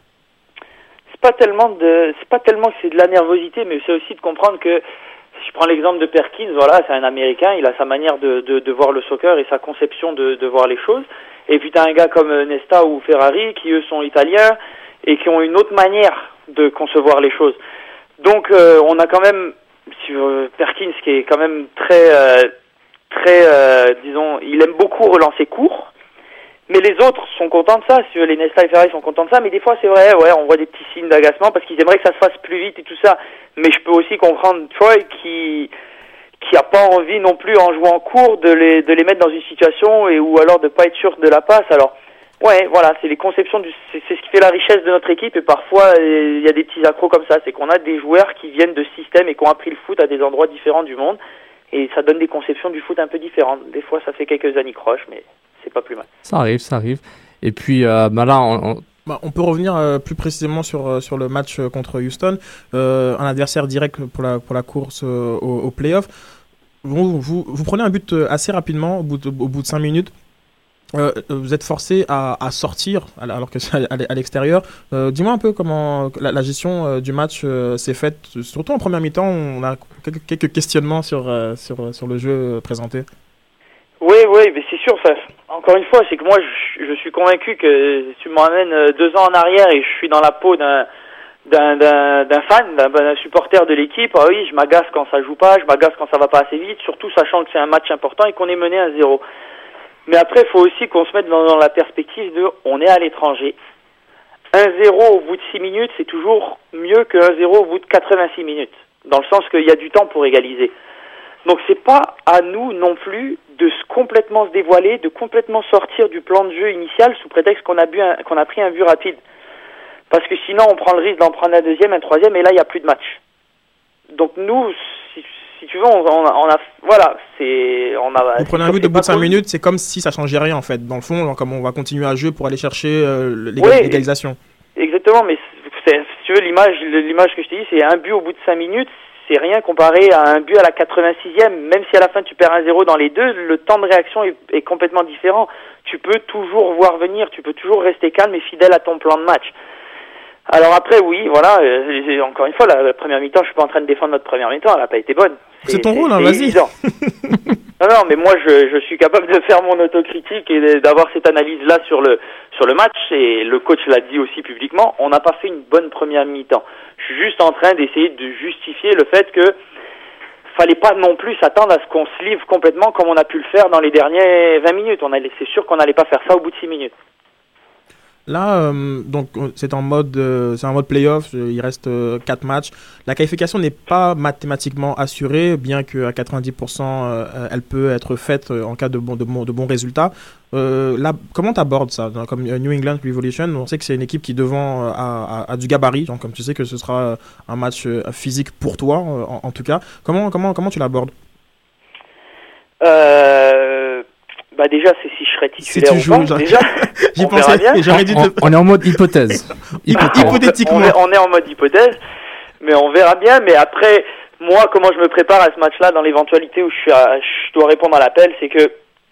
C'est pas tellement de, c'est pas tellement que c'est de la nervosité, mais c'est aussi de comprendre que, si je prends l'exemple de Perkins, voilà, c'est un Américain, il a sa manière de, de, de voir le soccer et sa conception de, de voir les choses. Et puis t'as un gars comme Nesta ou Ferrari qui eux sont italiens et qui ont une autre manière de concevoir les choses. Donc euh, on a quand même, sur euh, Perkins qui est quand même très, euh, très, euh, disons, il aime beaucoup relancer court. Mais les autres sont contents de ça, si les Nesta et Ferrari sont contents de ça, mais des fois c'est vrai, ouais, on voit des petits signes d'agacement parce qu'ils aimeraient que ça se fasse plus vite et tout ça. Mais je peux aussi comprendre Troy qui qui a pas envie non plus en jouant court de les de les mettre dans une situation et ou alors de pas être sûr de la passe. Alors ouais, voilà, c'est les conceptions du c'est, c'est ce qui fait la richesse de notre équipe et parfois il y a des petits accros comme ça, c'est qu'on a des joueurs qui viennent de systèmes et qui ont appris le foot à des endroits différents du monde et ça donne des conceptions du foot un peu différentes. Des fois ça fait quelques anicroches mais c'est pas plus mal. Ça arrive, ça arrive. Et puis euh, bah là, on, on... Bah, on peut revenir euh, plus précisément sur, euh, sur le match euh, contre Houston, euh, un adversaire direct pour la, pour la course euh, au, au play-off. Vous, vous, vous prenez un but assez rapidement, au bout de, au bout de cinq minutes. Euh, vous êtes forcé à, à sortir alors que c'est à, à l'extérieur. Euh, dis-moi un peu comment la, la gestion euh, du match euh, s'est faite. Surtout en première mi-temps, on a quelques, quelques questionnements sur, euh, sur, sur le jeu présenté. Oui, oui, mais c'est sûr. Ça, encore une fois, c'est que moi, je, je suis convaincu que si tu m'emmènes deux ans en arrière et je suis dans la peau d'un d'un, d'un, d'un fan, d'un, d'un supporter de l'équipe, ah oui, je m'agace quand ça joue pas, je m'agace quand ça va pas assez vite, surtout sachant que c'est un match important et qu'on est mené à zéro. Mais après, il faut aussi qu'on se mette dans, dans la perspective de, on est à l'étranger. un zéro au bout de six minutes, c'est toujours mieux que un zéro au bout de quatre-vingt-six minutes, dans le sens qu'il y a du temps pour égaliser. Donc c'est pas à nous non plus de se complètement se dévoiler, de complètement sortir du plan de jeu initial sous prétexte qu'on a, bu un, qu'on a pris un but rapide. Parce que sinon on prend le risque d'en prendre un deuxième, un troisième, et là il n'y a plus de match. Donc nous, si, si tu veux, on, on, a, on a, voilà, c'est, on a. Vous prenez un but de bout de cinq minutes, c'est comme si ça changeait rien en fait. Dans le fond, genre, comme on va continuer à jouer pour aller chercher euh, l'égal, oui, l'égalisation. Exactement, mais c'est, si tu veux, l'image, l'image que je t'ai dit, c'est un but au bout de cinq minutes. C'est rien comparé à un but à la quatre-vingt-sixième. Même si à la fin tu perds un zéro dans les deux, le temps de réaction est, est complètement différent. Tu peux toujours voir venir, tu peux toujours rester calme et fidèle à ton plan de match. Alors après, oui, voilà, euh, encore une fois, la, la première mi-temps, je suis pas en train de défendre notre première mi-temps, elle n'a pas été bonne. C'est, c'est ton rôle, hein, vas-y. non, non, mais moi, je, je suis capable de faire mon autocritique et d'avoir cette analyse-là sur le sur le match, et le coach l'a dit aussi publiquement, on n'a pas fait une bonne première mi-temps. Je suis juste en train d'essayer de justifier le fait que fallait pas non plus s'attendre à ce qu'on se livre complètement comme on a pu le faire dans les dernières vingt minutes. On allait, c'est sûr qu'on n'allait pas faire ça au bout de six minutes. Là, euh, donc c'est en mode, euh, c'est en mode playoff. euh, Il reste euh, quatre matchs. La qualification n'est pas mathématiquement assurée, bien qu'à quatre-vingt-dix pour cent, euh, elle peut être faite euh, en cas de, bon, de, bon, de bons résultats. Euh, là, comment tu abordes ça? Dans- Comme euh, New England Revolution, on sait que c'est une équipe qui devant euh, a, a- a du gabarit. Donc, comme tu sais que ce sera euh, un match euh, physique pour toi, euh, en, en tout cas. Comment, comment, comment tu l'abordes? Euh, bah déjà, c'est si je serais titulaire tu ou joues, pas. j'aurais- Déjà, J'y on verra pensais, bien. et j'aurais dû On, te... on est en mode hypothèse. Hypo- hypothétiquement. On est, on est en mode hypothèse, mais on verra bien. Mais après, moi, comment je me prépare à ce match-là, dans l'éventualité où je, suis à- je dois répondre à l'appel, c'est que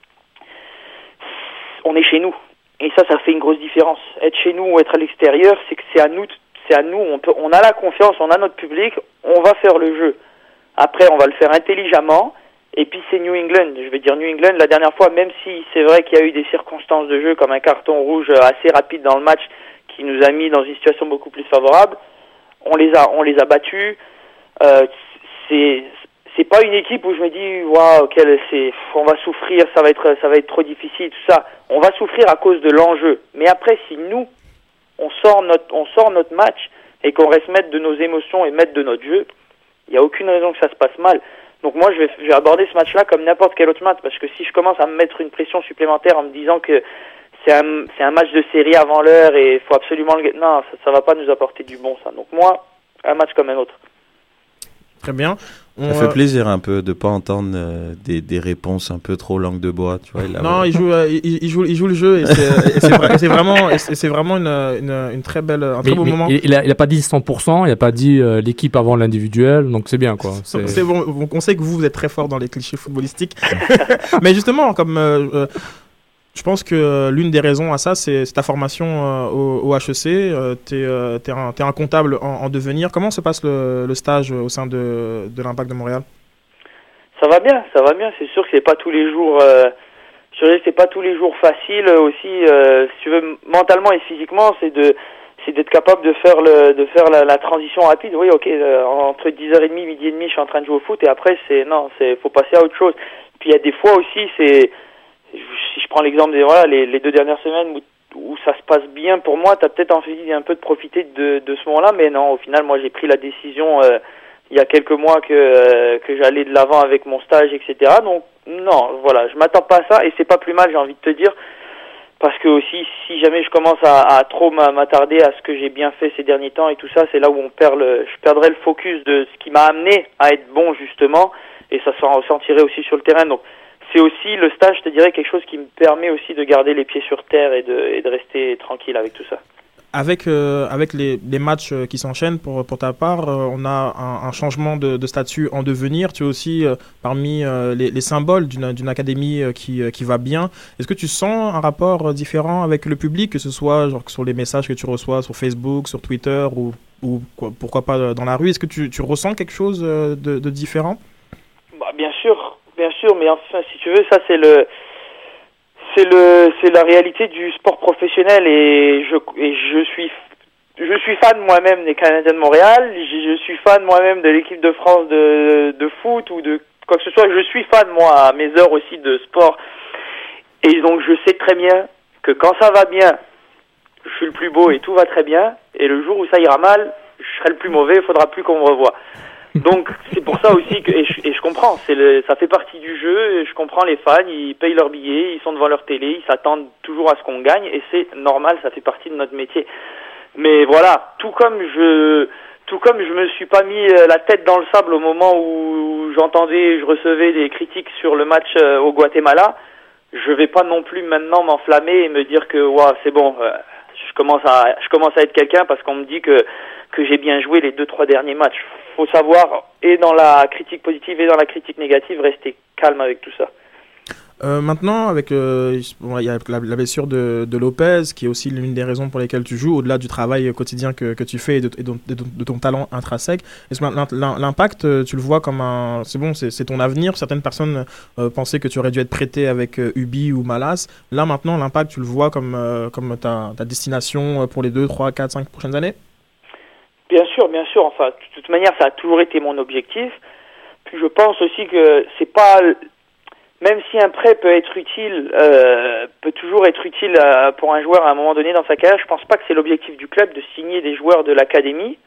on est chez nous. Et ça, ça fait une grosse différence. Être chez nous ou être à l'extérieur, c'est que c'est à nous, c'est à nous. On peut, on a la confiance, on a notre public, on va faire le jeu. Après, on va le faire intelligemment. Et puis c'est New England. Je vais dire New England. La dernière fois, même si c'est vrai qu'il y a eu des circonstances de jeu comme un carton rouge assez rapide dans le match qui nous a mis dans une situation beaucoup plus favorable, on les a, on les a battus. Euh, c'est, c'est pas une équipe où je me dis waouh, quel, c'est, on va souffrir, ça va être, ça va être trop difficile, tout ça. On va souffrir à cause de l'enjeu. Mais après, si nous, on sort notre, on sort notre match et qu'on reste maître de nos émotions et maître de notre jeu, il y a aucune raison que ça se passe mal. Donc moi, je vais, je vais aborder ce match-là comme n'importe quel autre match, parce que si je commence à me mettre une pression supplémentaire en me disant que c'est un, c'est un match de série avant l'heure et il faut absolument le gagner, non, ça, ça va pas nous apporter du bon, ça. Donc moi, un match comme un autre. Très bien. On, Ça fait euh, plaisir un peu de pas entendre euh, des, des réponses un peu trop langue de bois, tu vois. Il a- Non, il joue, euh, il, il joue, il joue le jeu et c'est, et c'est, vrai- et c'est vraiment, et c'est c'est vraiment une, une, une très belle, un très Mais- beau mais moment. il, il a, il a pas dit cent pour cent, il a pas dit euh, l'équipe avant l'individuel, donc c'est bien quoi. C'est- C'est bon, on- on sait que vous, vous êtes très fort dans les clichés footballistiques. Mais justement, comme euh, euh, je pense que euh, l'une des raisons à ça, c'est, c'est ta formation euh, au, au H E C. Euh, t'es, euh, t'es, un, t'es un comptable en, en devenir. Comment se passe le, le stage au sein de, de l'Impact de Montréal? Ça va bien, ça va bien. C'est sûr que c'est pas tous les jours. Euh, je dirais que c'est pas tous les jours facile aussi. Euh, si tu veux, mentalement et physiquement, c'est de, c'est d'être capable de faire le, de faire la, la transition rapide. Oui, ok. euh, entre dix heures trente, midi et demi, je suis en train de jouer au foot et après, c'est non, c'est faut passer à autre chose. Puis il y a des fois aussi, c'est si je prends l'exemple des voilà les, les deux dernières semaines où, où ça se passe bien pour moi, t'as peut-être envie un peu de profiter de, de ce moment-là, mais non, au final, moi j'ai pris la décision euh, il y a quelques mois que euh, que j'allais de l'avant avec mon stage, et cetera. Donc non, voilà, je m'attends pas à ça et c'est pas plus mal, j'ai envie de te dire, parce que aussi si jamais je commence à, à trop m'attarder à ce que j'ai bien fait ces derniers temps et tout ça, c'est là où on perd le, je perdrai le focus de ce qui m'a amené à être bon justement, et ça s'en ressentirait aussi sur le terrain. Donc c'est aussi le stage, je te dirais, quelque chose qui me permet aussi de garder les pieds sur terre et de, et de rester tranquille avec tout ça. Avec, euh, avec les, les matchs euh, qui s'enchaînent pour, pour ta part, euh, on a un, un changement de, de statut en devenir. Tu es aussi euh, parmi euh, les, les symboles d'une, d'une académie euh, qui, euh, qui va bien. Est-ce que tu sens un rapport euh, différent avec le public, que ce soit genre, sur les messages que tu reçois sur Facebook, sur Twitter ou, ou quoi, pourquoi pas euh, dans la rue? Est-ce que tu, tu ressens quelque chose euh, de, de différent? Bah, bien sûr, bien sûr, mais enfin, si tu veux, ça c'est le... C'est le, c'est la réalité du sport professionnel et je, et je suis, je suis fan moi-même des Canadiens de Montréal. Je, je suis fan moi-même de l'équipe de France de, de foot ou de quoi que ce soit. Je suis fan moi à mes heures aussi de sport. Et donc je sais très bien que quand ça va bien, je suis le plus beau et tout va très bien. Et le jour où ça ira mal, je serai le plus mauvais. Il faudra plus qu'on me revoie. Donc c'est pour ça aussi que et je, et je comprends, c'est le, ça fait partie du jeu. Et je comprends les fans, ils payent leurs billets, ils sont devant leur télé, ils s'attendent toujours à ce qu'on gagne et c'est normal, ça fait partie de notre métier. Mais voilà, tout comme je, tout comme je me suis pas mis la tête dans le sable au moment où j'entendais, je recevais des critiques sur le match au Guatemala, je vais pas non plus maintenant m'enflammer et me dire que waouh c'est bon, euh, je commence à, je commence à être quelqu'un parce qu'on me dit que que j'ai bien joué les deux trois derniers matchs. Faut savoir, et dans la critique positive et dans la critique négative, rester calme avec tout ça. Euh, maintenant, avec euh, bon, il y a la, la blessure de, de Lopez, qui est aussi l'une des raisons pour lesquelles tu joues, au-delà du travail quotidien que, que tu fais et de, et de, de, de ton talent intrinsèque. Est-ce que l'impact, tu le vois comme un... C'est bon, c'est, c'est ton avenir. Certaines personnes euh, pensaient que tu aurais dû être prêté avec euh, Ubi ou Malas. Là, maintenant, l'impact, tu le vois comme, euh, comme ta, ta destination pour les deux, trois, quatre, cinq prochaines années? Bien sûr, bien sûr. Enfin, de toute manière, ça a toujours été mon objectif. Puis je pense aussi que c'est pas, même si un prêt peut être utile, euh, peut toujours être utile à, pour un joueur à un moment donné dans sa carrière, je pense pas que c'est l'objectif du club de signer des joueurs de l'académie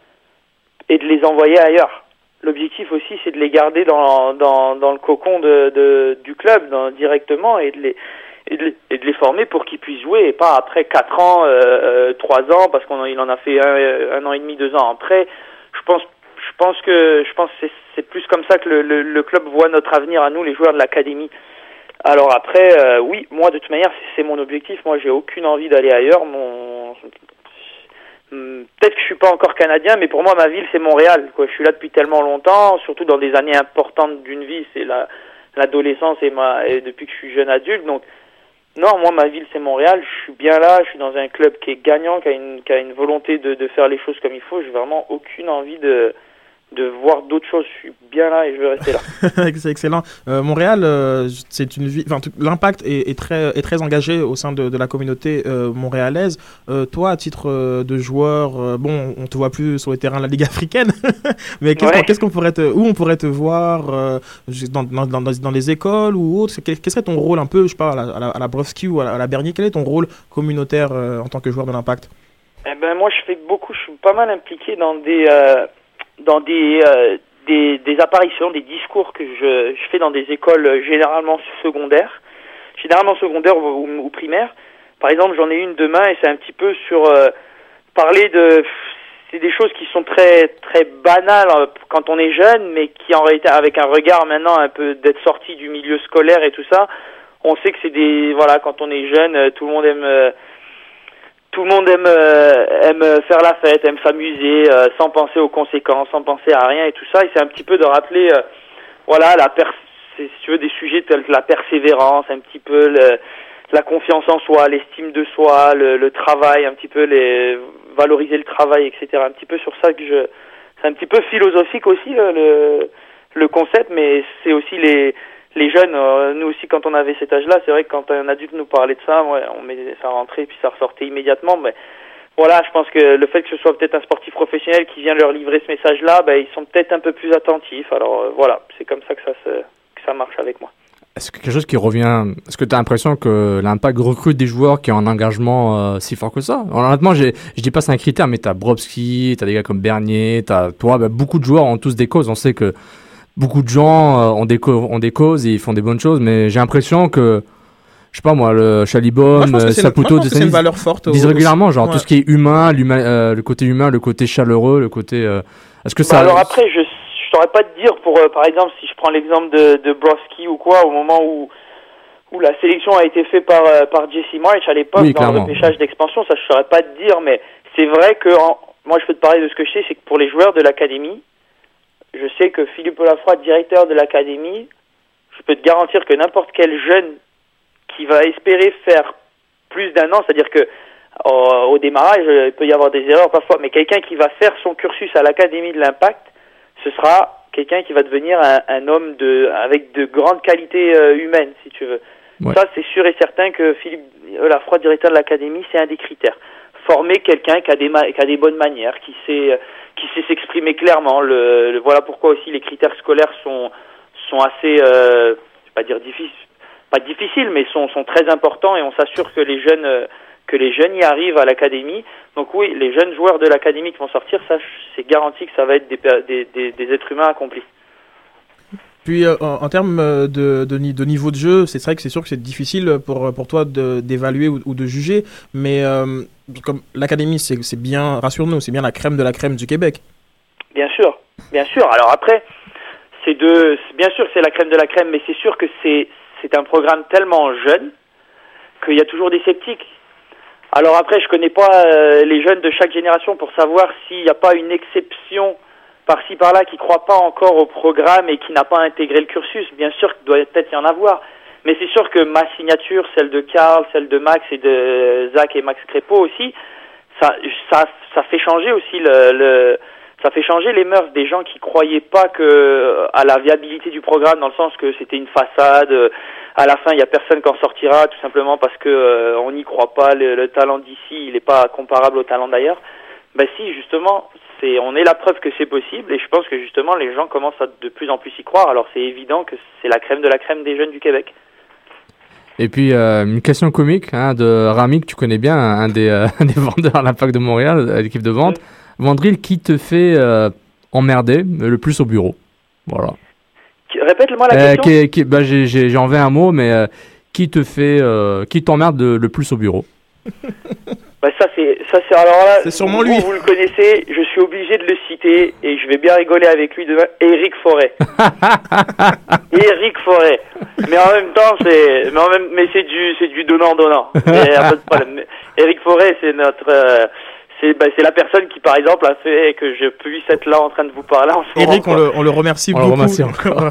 et de les envoyer ailleurs. L'objectif aussi, c'est de les garder dans dans dans le cocon de, de du club, dans, directement, et de les et de, et de les former pour qu'ils puissent jouer, et pas après quatre ans, euh, trois ans, parce qu'on il en a fait un, un an et demi, deux ans en prêt. Je pense je pense que je pense que c'est c'est plus comme ça que le, le le club voit notre avenir à nous, les joueurs de l'académie. Alors après, euh, oui, moi de toute manière, c'est, c'est mon objectif. Moi, j'ai aucune envie d'aller ailleurs. Mon Peut-être que je suis pas encore canadien, mais pour moi, ma ville, c'est Montréal, quoi. Je suis là depuis tellement longtemps, surtout dans des années importantes d'une vie, c'est la, l'adolescence et ma, et depuis que je suis jeune adulte. Donc, non, moi, ma ville, c'est Montréal. Je suis bien là. Je suis dans un club qui est gagnant, qui a une, qui a une volonté de, de faire les choses comme il faut. J'ai vraiment aucune envie de, de voir d'autres choses. Je suis bien là et je veux rester là. C'est excellent. Euh, Montréal, euh, c'est une ville. Enfin, t- l'impact est, est très est très engagé au sein de, de la communauté euh, montréalaise. Euh, toi, à titre euh, de joueur, euh, bon, on te voit plus sur les terrains de la Ligue africaine, mais qu'est-ce, Ouais. qu'on, qu'est-ce qu'on pourrait te, où on pourrait te voir euh, dans, dans, dans, dans les écoles ou autre. Quel, quel serait ton rôle un peu, je sais pas, à la, à la, à la Brovski ou à la, à la Bernier. Quel est ton rôle communautaire euh, en tant que joueur de l'Impact? Eh ben, moi, je fais beaucoup. Je suis pas mal impliqué dans des euh, dans des, euh, des des apparitions, des discours que je, je fais dans des écoles euh, généralement secondaires, généralement secondaires ou, ou, ou primaires. Par exemple, j'en ai une demain et c'est un petit peu sur euh, parler de, c'est des choses qui sont très très banales euh, quand on est jeune, mais qui en réalité, avec un regard maintenant un peu d'être sorti du milieu scolaire et tout ça, on sait que c'est des, voilà, quand on est jeune, euh, tout le monde aime euh, Tout le monde aime euh, aime faire la fête, aime s'amuser, euh, sans penser aux conséquences, sans penser à rien et tout ça. Et c'est un petit peu de rappeler, euh, voilà, la per- si tu veux, des sujets tels que la persévérance, un petit peu le, la confiance en soi, l'estime de soi, le, le travail, un petit peu les valoriser le travail, et cetera. Un petit peu sur ça que je, c'est un petit peu philosophique aussi le le, le concept, mais c'est aussi les les jeunes, euh, nous aussi quand on avait cet âge-là, c'est vrai que quand un adulte nous parlait de ça, ouais, on met, ça rentrait puis ça ressortait immédiatement. Mais voilà, je pense que le fait que ce soit peut-être un sportif professionnel qui vient leur livrer ce message-là, ben, ils sont peut-être un peu plus attentifs. Alors euh, voilà, c'est comme ça que ça, se, que ça marche avec moi. Est-ce que quelque chose qui revient, est-ce que tu as l'impression que l'Impact recrute des joueurs qui ont un engagement euh, si fort que ça? Alors, honnêtement, j'ai, je dis pas c'est un critère, mais tu as Brovski, tu as des gars comme Bernier, tu as toi, ben, beaucoup de joueurs ont tous des causes. On sait que beaucoup de gens euh, ont, des co- ont des causes et ils font des bonnes choses, mais j'ai l'impression que, je sais pas moi, le Chalibom, Moi, je pense que c'est une- Saputo, moi, je pense que c'est une valeur forte disent au- régulièrement, genre ouais. tout ce qui est humain, l'humain euh, le côté humain, le côté chaleureux, le côté... euh, est-ce que Bah ça... alors après, je je saurais pas te dire pour euh, par exemple si je prends l'exemple de de Brovski ou quoi, au moment où où la sélection a été faite par euh, par Jesse March à l'époque Oui, dans clairement. le repêchage d'expansion, ça je saurais pas te dire, mais c'est vrai que en, moi je peux te parler de ce que je sais, c'est que pour les joueurs de l'académie, je sais que Philippe Olafroid, directeur de l'académie, je peux te garantir que n'importe quel jeune qui va espérer faire plus d'un an, c'est-à-dire que au, au démarrage, il peut y avoir des erreurs parfois, mais quelqu'un qui va faire son cursus à l'académie de l'Impact, ce sera quelqu'un qui va devenir un, un homme de avec de grandes qualités euh, humaines, si tu veux. Ouais. Ça, c'est sûr et certain que Philippe Olafroid, directeur de l'académie, c'est un des critères. Former quelqu'un qui a des ma- qui a des bonnes manières, qui sait qui sait s'exprimer clairement. Le, le voilà pourquoi aussi les critères scolaires sont sont assez, euh, je vais pas dire difficiles, pas difficiles, mais sont sont très importants et on s'assure que les jeunes euh, que les jeunes y arrivent à l'académie. Donc oui, les jeunes joueurs de l'académie qui vont sortir, ça c'est garanti que ça va être des des des, des êtres humains accomplis. Puis euh, en, en termes de, de, ni- de niveau de jeu, c'est vrai que c'est sûr que c'est difficile pour, pour toi de, d'évaluer ou, ou de juger, mais euh, comme l'académie, c'est, c'est bien, rassure-nous, c'est bien la crème de la crème du Québec. Bien sûr, bien sûr. Alors après, c'est de, c'est- bien sûr que c'est la crème de la crème, mais c'est sûr que c'est c'est un programme tellement jeune qu'il y a toujours des sceptiques. Alors après, je connais pas euh, les jeunes de chaque génération pour savoir s'il n'y a pas une exception par-ci par-là qui croit pas encore au programme et qui n'a pas intégré le cursus. Bien sûr qu'il doit peut-être y en avoir, mais c'est sûr que ma signature, celle de Karl, celle de Max et de Zach et Max Crépeau aussi, ça, ça, ça fait changer aussi le, le, ça fait changer les mœurs des gens qui croyaient pas que à la viabilité du programme, dans le sens que c'était une façade. À la fin, il y a personne qui en sortira, tout simplement parce que euh, on n'y croit pas. Le, le talent d'ici, il n'est pas comparable au talent d'ailleurs. Bah si, justement, c'est, on est la preuve que c'est possible et je pense que justement les gens commencent à de plus en plus y croire. Alors c'est évident que c'est la crème de la crème des jeunes du Québec. Et puis, euh, une question comique hein, de Rami, que tu connais bien, un des, euh, des vendeurs à l'Impact de Montréal, à l'équipe de vente. Mmh. Vandril, qui te fait euh, emmerder le plus au bureau? Voilà. Répète-moi la euh, question. Qui, qui, bah, j'ai, j'ai, j'ai enlevé un mot, mais euh, qui te fait, euh, qui t'emmerde le, le plus au bureau? Bah ça c'est ça c'est alors là c'est sûrement vous, lui. Vous le connaissez, je suis obligé de le citer et je vais bien rigoler avec lui demain. Éric Forêt. Éric Forêt. Mais en même temps c'est mais en même mais c'est du c'est du donnant donnant. Il y a pas de problème. Éric Forêt c'est notre euh, c'est bah, c'est la personne qui par exemple a fait que je puisse être là en train de vous parler en ce Éric, moment. on le on le remercie on beaucoup. Le remercie encore.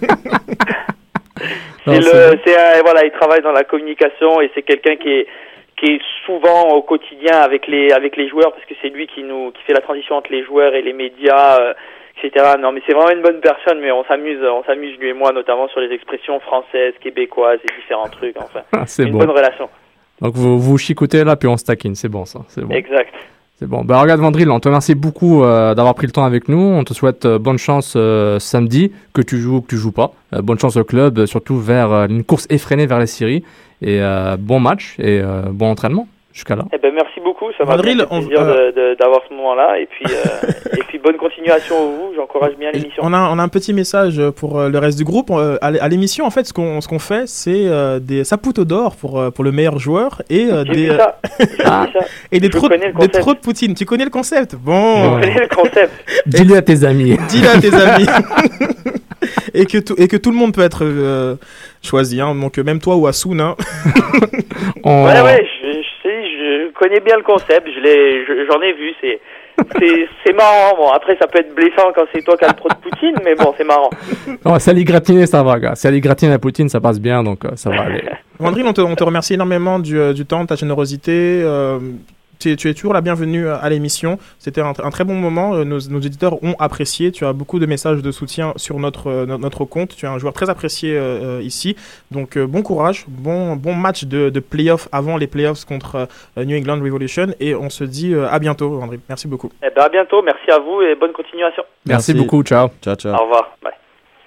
c'est non, le c'est, c'est euh, voilà, il travaille dans la communication et c'est quelqu'un qui est qui est souvent au quotidien avec les avec les joueurs parce que c'est lui qui nous qui fait la transition entre les joueurs et les médias, euh, et cetera. Non, mais c'est vraiment une bonne personne, mais on s'amuse on s'amuse lui et moi notamment sur les expressions françaises, québécoises et différents trucs. Enfin, ah, c'est une bon. bonne relation. Donc vous vous chicotez là puis on se taquine, c'est bon ça, c'est bon. Exact. C'est bon. Bah regarde Vandril, on te remercie beaucoup euh, d'avoir pris le temps avec nous. On te souhaite euh, bonne chance euh, samedi, que tu joues ou que tu joues pas. Euh, bonne chance au club, euh, surtout vers euh, une course effrénée vers les séries. Et euh, bon match et euh, bon entraînement jusqu'à là. Eh ben merci beaucoup, ça m'a Vandril, fait plaisir on, euh... de, de, d'avoir ce moment-là et puis euh, et puis bonne continuation à vous. J'encourage bien l'émission. On a on a un petit message pour euh, le reste du groupe. Euh, à, à l'émission en fait, ce qu'on ce qu'on fait, c'est euh, des Saputo d'or pour euh, pour le meilleur joueur et euh, J'ai des vu ça. ah, ça. et des trop des trop de poutine. Tu connais le concept? Bon. Je connais le concept. Dis-le à tes amis. Dis-le à tes amis. Et que, tout, et que tout le monde peut être euh, choisi, hein. Donc même toi ou Asun. Hein. On... Ouais, ouais, je, je, sais, je connais bien le concept, je l'ai, je, j'en ai vu, c'est, c'est, c'est marrant. Bon, après, ça peut être blessant quand c'est toi qui as le trop de poutine, mais bon, c'est marrant. Non, si elle est gratinée, ça va, gars. Si elle est gratinée la poutine, ça passe bien, donc euh, ça va aller. Vandril, on te, on te remercie énormément du, euh, du temps, de ta générosité. Euh, Tu es, tu es toujours la bienvenue à l'émission. C'était un, un très bon moment. Nos, nos éditeurs ont apprécié. Tu as beaucoup de messages de soutien sur notre, notre, notre compte. Tu es un joueur très apprécié euh, ici. Donc, euh, bon courage. Bon, bon match de, de play-off avant les play-offs contre euh, New England Revolution. Et on se dit euh, à bientôt, André. Merci beaucoup. Eh ben, à bientôt. Merci à vous et bonne continuation. Merci, Merci beaucoup. Ciao. Ciao, ciao. Au revoir. Bye.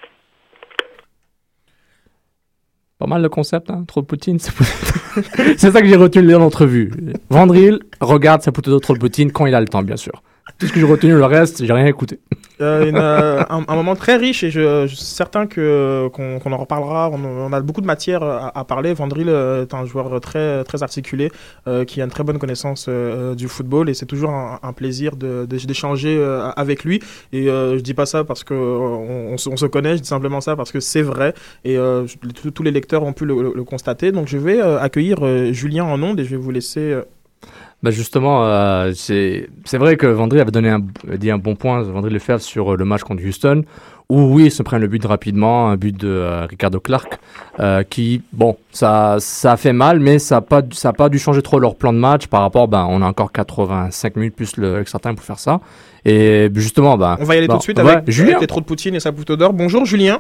Pas mal le concept, hein. Trop de poutine, c'est c'est ça que j'ai retenu de l'entrevue. Vandril regarde sa poutine de trop de poutine quand il a le temps, bien sûr. Tout ce que j'ai retenu, le reste, j'ai rien écouté. Euh, une, euh, un, un moment très riche et je, je suis certain que, qu'on, qu'on en reparlera. On, on a beaucoup de matière à, à parler. Vandril est un joueur très, très articulé euh, qui a une très bonne connaissance euh, du football et c'est toujours un, un plaisir de, de, d'échanger euh, avec lui. Et euh, je dis pas ça parce qu'on on, on se connaît, je dis simplement ça parce que c'est vrai et euh, je, tous les lecteurs ont pu le, le, le constater. Donc je vais euh, accueillir euh, Julien en ondes et je vais vous laisser... Euh, Bah justement, euh, c'est, c'est vrai que Vandril avait donné un, dit un bon point, Vandril Lefebvre, sur le match contre Houston, où oui, ils se prennent le but rapidement, un but de euh, Ricardo Clark, euh, qui, bon, ça, ça a fait mal, mais ça n'a pas, ça a pas dû changer trop leur plan de match par rapport, ben, on a encore quatre-vingt-cinq minutes plus le extra time pour faire ça. Et justement, ben... On va y aller ben, tout de suite ouais, avec, Julien. avec les trop de poutine et sa poutine d'or. Bonjour Julien.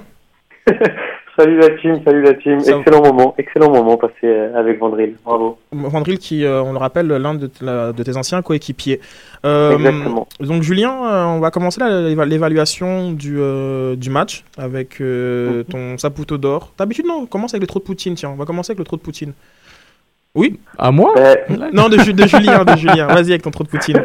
Salut la team, salut la team. Ça excellent va. moment, excellent moment passé euh, avec Vandril. Bravo. Vandril qui, euh, on le rappelle, l'un de, la, de tes anciens coéquipiers. Euh, Exactement. Donc Julien, euh, on va commencer la, l'évaluation du, euh, du match avec euh, mm-hmm. ton Saputo d'or. D'habitude, non, on commence avec les trop de poutine. Tiens, on va commencer avec le trop de poutine. Oui. À moi euh... Non, de, de Julien, de Julien. Vas-y avec ton trop de poutine.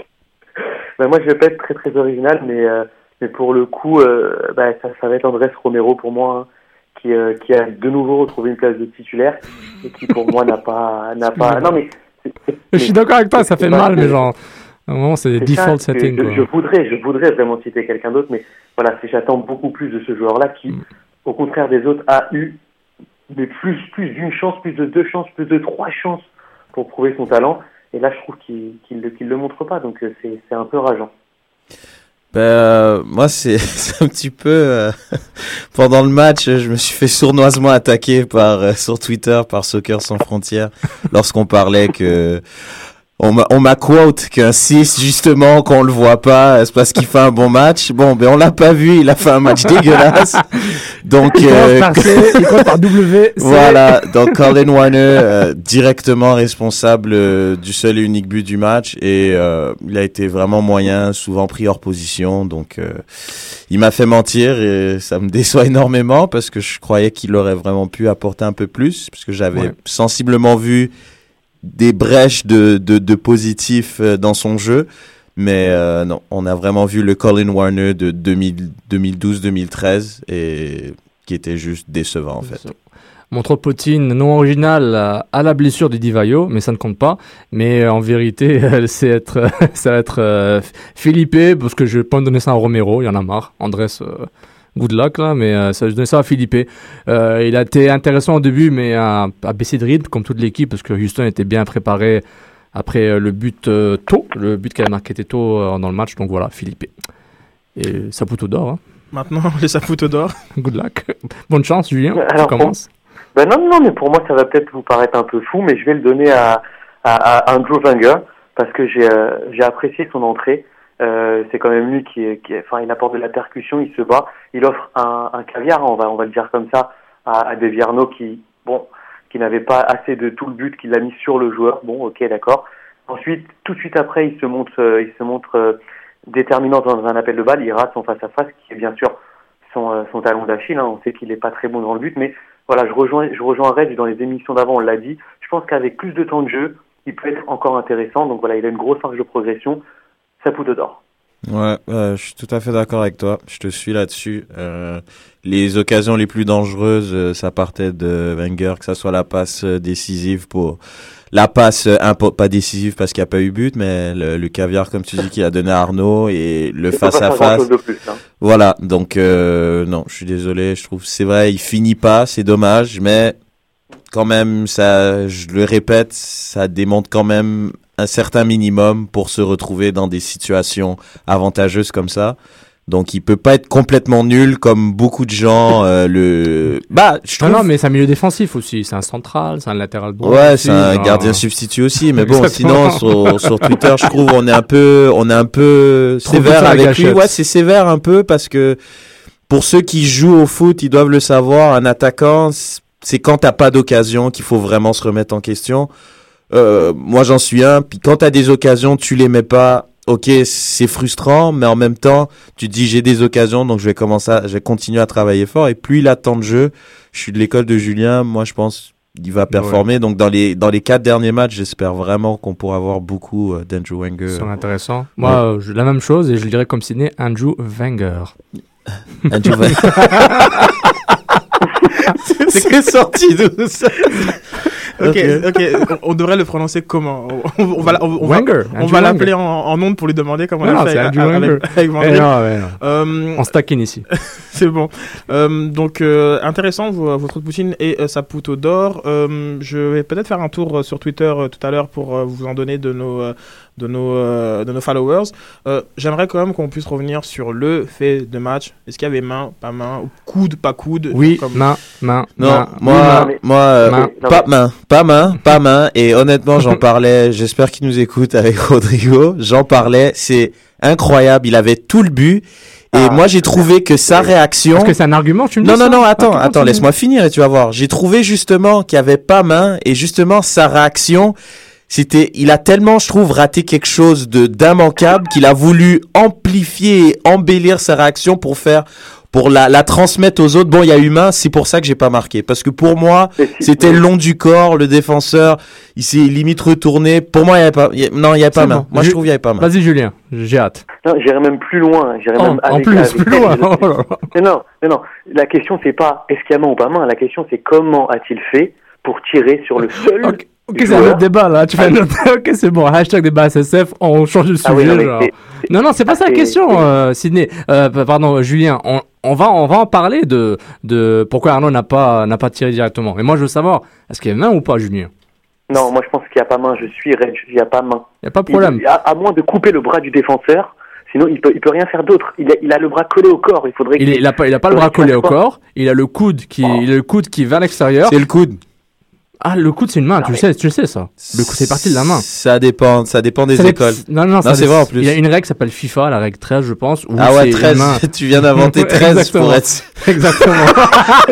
Ben, moi, je vais pas être très très original, mais, euh, mais pour le coup, euh, ben, ça, ça va être Andrés Romero pour moi. Hein. Qui, euh, qui a de nouveau retrouvé une place de titulaire et qui pour moi n'a pas n'a pas non mais c'est, c'est, je suis d'accord avec toi, ça fait mal mais genre à un moment c'est, c'est default ça, setting je, quoi. je voudrais je voudrais vraiment citer quelqu'un d'autre mais voilà c'est, j'attends beaucoup plus de ce joueur là qui mm. au contraire des autres a eu mais plus plus d'une chance, plus de deux chances, plus de trois chances pour prouver son talent et là je trouve qu'il qu'il, qu'il le montre pas donc c'est c'est un peu rageant. Ben, euh, moi, c'est, c'est un petit peu... Euh, pendant le match, je me suis fait sournoisement attaquer par, euh, sur Twitter par Soccer Sans Frontières lorsqu'on parlait que... On m'a, on m'a quote qu'un six, justement, qu'on le voit pas, c'est parce qu'il fait un bon match. Bon, ben, on l'a pas vu, il a fait un match dégueulasse. Donc, il euh, compte par C, il compte par W. voilà. Donc, Colin Warner, euh, directement responsable euh, du seul et unique but du match. Et, euh, il a été vraiment moyen, souvent pris hors position. Donc, euh, il m'a fait mentir et ça me déçoit énormément parce que je croyais qu'il aurait vraiment pu apporter un peu plus, parce que j'avais Ouais. sensiblement vu des brèches de, de, de positif dans son jeu. Mais euh, non, on a vraiment vu le Colin Warner de deux mille, deux mille douze deux mille treize et qui était juste décevant en fait. Montre Poutine non original euh, à la blessure de Divayo, mais ça ne compte pas. Mais euh, en vérité, euh, c'est être, ça va être euh, Felipe, parce que je vais pas me donner ça à Romero, il y en a marre. Andrés, euh, good luck là, mais euh, ça, je donne ça à Felipe. Euh, il a été intéressant au début, mais à, à baisser de rythme, comme toute l'équipe, parce que Houston était bien préparé après euh, le but euh, tôt, le but qui avait marqué était tôt euh, dans le match. Donc voilà, Felipe. Et Saputo d'or. Hein. Maintenant, les Saputo d'or. Good luck. Bonne chance, Julien. Alors, tu commences. Ben non, non, mais pour moi, ça va peut-être vous paraître un peu fou, mais je vais le donner à, à, à Andrew Wenger, parce que j'ai, euh, j'ai apprécié son entrée. Euh, c'est quand même lui qui, est, qui est, enfin, il apporte de la percussion, il se bat, il offre un, un caviar, on va, on va le dire comme ça, à, à De Vierno qui, bon, qui n'avait pas assez de tout le but qu'il a mis sur le joueur. Bon, ok, d'accord. Ensuite, tout de suite après, il se montre, euh, il se montre euh, déterminant dans un appel de balle, il rate son face à face, qui est bien sûr son, euh, son talon d'Achille. Hein. On sait qu'il n'est pas très bon dans le but, mais voilà, je rejoins, je rejoins Reg dans les émissions d'avant, on l'a dit. Je pense qu'avec plus de temps de jeu, il peut être encore intéressant. Donc voilà, il a une grosse marge de progression. Saputo d'or. Ouais, euh, je suis tout à fait d'accord avec toi. Je te suis là-dessus. Euh, les occasions les plus dangereuses, euh, ça partait de Wenger, que ça soit la passe euh, décisive pour la passe euh, impo- pas décisive parce qu'il n'y a pas eu but, mais le, le caviar comme tu dis qu'il a donné à Arnaud et le face à face. Hein. Voilà, donc euh, non, je suis désolé. Je trouve c'est vrai, il finit pas, c'est dommage, mais quand même, ça, je le répète, ça démontre quand même un certain minimum pour se retrouver dans des situations avantageuses comme ça. Donc, il peut pas être complètement nul comme beaucoup de gens euh, le. Bah, je trouve. Non, non, mais c'est un milieu défensif aussi. C'est un central, c'est un latéral droit. Ouais, aussi, c'est un genre... gardien substitut aussi. Mais bon, Exactement. sinon sur sur Twitter, je trouve on est un peu on est un peu Trop sévère de ça, avec gâchette. lui. Ouais, c'est sévère un peu parce que pour ceux qui jouent au foot, ils doivent le savoir. Un attaquant, c'est quand t'as pas d'occasion qu'il faut vraiment se remettre en question. Euh, moi, j'en suis un. Puis quand t'as des occasions, tu les mets pas. Ok, c'est frustrant, mais en même temps, tu te dis j'ai des occasions, donc je vais commencer, à, je vais continuer à travailler fort. Et plus il a tant de jeu, je suis de l'école de Julien. Moi, je pense il va performer. Ouais. Donc dans les dans les quatre derniers matchs, j'espère vraiment qu'on pourra avoir beaucoup euh, d'Andrew Wenger. C'est intéressant. Moi, ouais. euh, je, la même chose et je le dirais comme signé Andrew Wenger. Andrew Wenger. C'est que sorti d'où ça? Ok, ok, on, on devrait le prononcer comment? On, on va, on, on Wenger, va, on va l'appeler en, en ondes pour lui demander comment non, il fait avec, avec, avec Mandry. Eh non, ouais, non. Euh, on se taquine ici. C'est bon. Euh, donc, euh, intéressant, vous, votre Poutine et euh, Saputo d'or. Euh, je vais peut-être faire un tour sur Twitter euh, tout à l'heure pour euh, vous en donner de nos, euh, de nos, euh, de nos followers. Euh, j'aimerais quand même qu'on puisse revenir sur le fait de match. Est-ce qu'il y avait main, pas main, coude, pas coude? Oui, comme... main, main, non, main. moi, main, mais... moi, euh, main. pas main, pas main, pas main. Et honnêtement, j'en parlais. J'espère qu'il nous écoute avec Rodrigo. J'en parlais. C'est incroyable. Il avait tout le but. Et ah, moi, j'ai trouvé que sa réaction... Est-ce que c'est un argument, tu me dis Non, ça non, non, attends, ah, attends, laisse-moi finir et tu vas voir. J'ai trouvé justement qu'il n'y avait pas main et justement sa réaction, c'était, il a tellement, je trouve, raté quelque chose de d'immanquable qu'il a voulu amplifier et embellir sa réaction pour faire, pour la, la transmettre aux autres. Bon, il y a eu main, c'est pour ça que j'ai pas marqué. Parce que pour moi, c'était le long du corps, le défenseur, il s'est limite retourné. Pour moi, il y avait pas, il y a, non, il y avait pas main. Bon. Moi, je, je trouve il y avait pas main. Vas-y, Julien, j'ai hâte. Non, j'irais même plus loin. J'irais oh, même en avec, plus, avec plus loin. Oh là là. Mais non, mais non. La question, c'est pas est-ce qu'il y a main ou pas main. La question, c'est comment a-t-il fait pour tirer sur le seul. Ok, okay c'est un autre débat là. Tu fais un autre... Ok, c'est bon. Hashtag débat S S F. On change de sujet. Ah oui, non, genre. c'est, c'est... non, non, c'est pas ah, ça la question, euh, Sydney. Euh, pardon, Julien. On, on va, on va en parler de, de pourquoi Arnaud n'a pas, n'a pas tiré directement. Mais moi, je veux savoir, est-ce qu'il y a main ou pas, Julien? Non, moi, je pense qu'il n'y a pas main. Je suis Reg. Il n'y a pas main. Il n'y a pas de problème. Il, à, à moins de couper le bras du défenseur. Sinon, il peut, il peut rien faire d'autre. Il a, il a le bras collé au corps. Il faudrait. Il, il a pas, il a pas le bras collé au corps. Il a le coude qui, il a le coude qui va à l'extérieur. C'est le coude. Ah, le coude, c'est une main, Ah tu, ouais. le sais, tu le sais, ça. Le coude, c'est parti de la main. Ça dépend, ça dépend des Ça dé- écoles. Non, non, non ça c'est dé- vrai en plus. Il y a une règle qui s'appelle FIFA, la règle treize, je pense. Où Ah ouais, c'est une treize. main. Tu viens d'inventer treize Exactement. pour être. Exactement.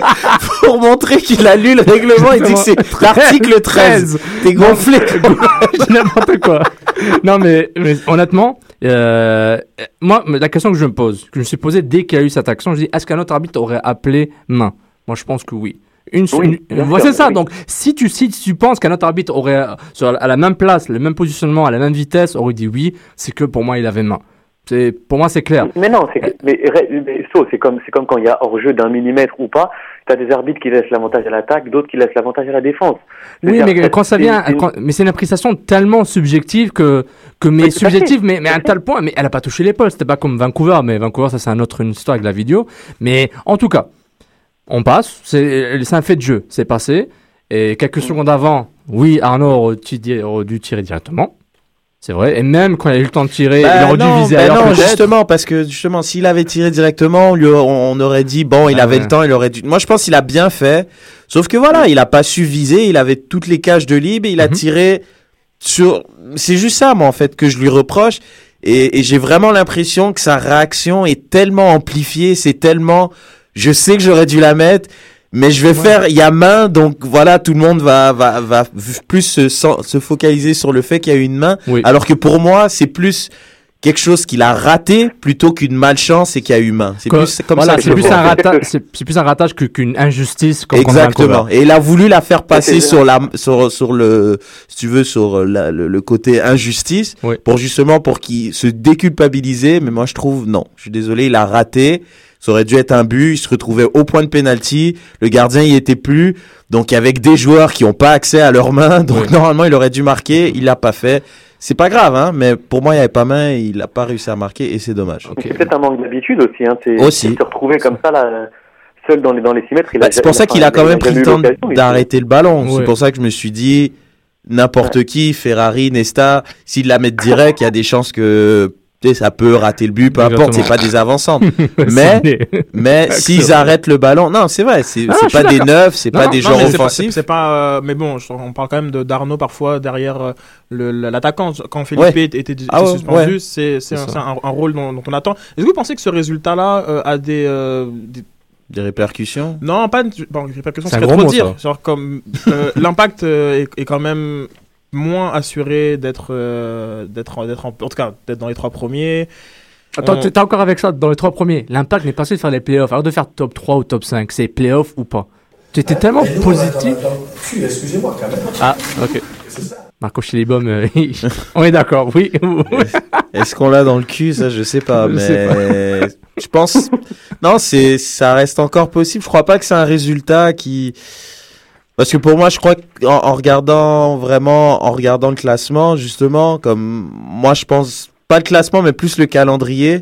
Pour montrer qu'il a lu le règlement, il dit que c'est l'article treize. T'es gonflé. C'est n'importe quoi. Non, mais, mais honnêtement, euh, moi, la question que je me pose, que je me suis posée dès qu'il y a eu cette action, je dis, est-ce qu'un autre arbitre aurait appelé main? Moi, je pense que oui. Une, Oui, une, bien voilà, sûr, c'est ça. oui. Donc, si tu, si tu penses qu'un autre arbitre aurait, euh, sur, à la même place, le même positionnement, à la même vitesse, aurait dit oui, c'est que pour moi, il avait main. C'est, pour moi, c'est clair. Mais non, c'est, mais, mais so, c'est comme, c'est comme quand il y a hors-jeu d'un millimètre ou pas. T'as des arbitres qui laissent l'avantage à l'attaque, d'autres qui laissent l'avantage à la défense. Oui, C'est-à-dire, mais c'est- quand ça c'est- vient, c'est une- quand- mais c'est une appréciation tellement subjective que, que mais Oui, tout à subjective, fait. mais, mais à un tel point, mais elle a pas touché l'épaule. C'était pas comme Vancouver, mais Vancouver, ça c'est un autre, une histoire avec la vidéo. Mais en tout cas, on passe. C'est, c'est un fait de jeu. C'est passé. Et quelques secondes avant, oui, Arnaud aurait dû, aurait dû tirer directement. C'est vrai. Et même quand il a eu le temps de tirer, Bah il aurait non, dû viser bah ailleurs non, peut-être. justement, parce que justement, s'il avait tiré directement, on, lui, on, on aurait dit, bon, il Ah avait ouais. le temps, il aurait dû. Moi, je pense qu'il a bien fait. Sauf que voilà, il a pas su viser, il avait toutes les cages de libre et il a Mhm. tiré sur. C'est juste ça, moi, en fait, que je lui reproche. Et, et j'ai vraiment l'impression que sa réaction est tellement amplifiée, c'est tellement. Je sais que j'aurais dû la mettre. Mais je vais faire, il y a main, donc voilà, tout le monde va, va, va plus se, se focaliser sur le fait qu'il y a eu une main. Oui. Alors que pour moi, c'est plus quelque chose qu'il a raté plutôt qu'une malchance et qu'il y a eu main. C'est Que- plus comme voilà, ça que c'est je plus le un vois. ratage, c'est, c'est plus un ratage que, qu'une injustice. Comme contre Exactement. Vancouver. Et il a voulu la faire passer c'est sur la, sur, sur le, si tu veux, sur la- le, le côté injustice, Oui. pour justement pour qu'il se déculpabiliser. Mais moi, je trouve non. Je suis désolé, il a raté. Ça aurait dû être un but. Il se retrouvait au point de pénalty. Le gardien y était plus. Donc, avec des joueurs qui n'ont pas accès à leurs mains. Donc, Oui. normalement, il aurait dû marquer. Il l'a pas fait. C'est pas grave, hein. Mais pour moi, il n'y avait pas main. Il n'a pas réussi à marquer et c'est dommage. Ok. C'est peut-être un manque d'habitude aussi, hein. C'est, Aussi. c'est se retrouver comme ça, là, seul dans les, dans les six mètres. Il Bah, a- c'est pour il ça qu'il a enfin, quand il même pris jamais le eu temps l'occasion, mais d'arrêter le ballon. Ouais. C'est pour ça que je me suis dit, n'importe qui, Ferrari, Nesta, s'ils la mettent direct, il y a des chances que tu sais, ça peut rater le but, peu importe, c'est Exactement. pas des avancantes. Mais, C'est- mais s'ils Excellent. arrêtent le ballon, non, c'est vrai, c'est Ah, c'est je suis pas des d'accord. neufs, c'est Non, pas non, des Non, joueurs mais c'est pas- offensifs. C'est pas, euh, mais bon, je- on parle quand même de d'Arnaud parfois derrière euh, le, le- l'attaquant. Quand Felipe Ouais. était, était Ah ouais, suspendu, ouais. c'est, c'est, C'est un, ça. c'est un- un rôle dont, dont on attend. Est-ce que vous pensez que ce résultat-là euh, a des, euh, des- Des répercussions. non, pas une bon, une répercussion, C'est un c'est gros trop mot, dire. ça. Genre comme euh, l'impact euh, est, est quand même moins assuré d'être, euh, d'être, d'être en, en tout cas, d'être dans les trois premiers. Attends, On- t'es t'es encore avec ça dans les trois premiers. L'impact n'est pas sûr de faire les playoffs. Alors de faire top trois ou top cinq, c'est playoffs ou pas. Tu étais tellement positif. Excusez-moi quand même. Ah, ok. Marco Chilibom, euh, on est d'accord, oui. Est-ce qu'on l'a dans le cul, ça, je sais pas, Je mais sais je pense, non, c'est, ça reste encore possible. Je crois pas que c'est un résultat qui, parce que pour moi, je crois qu'en en regardant vraiment, en regardant le classement, justement, comme moi, je pense pas le classement, mais plus le calendrier.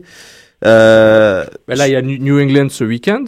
Euh, Ben là, il y a New New England ce week-end.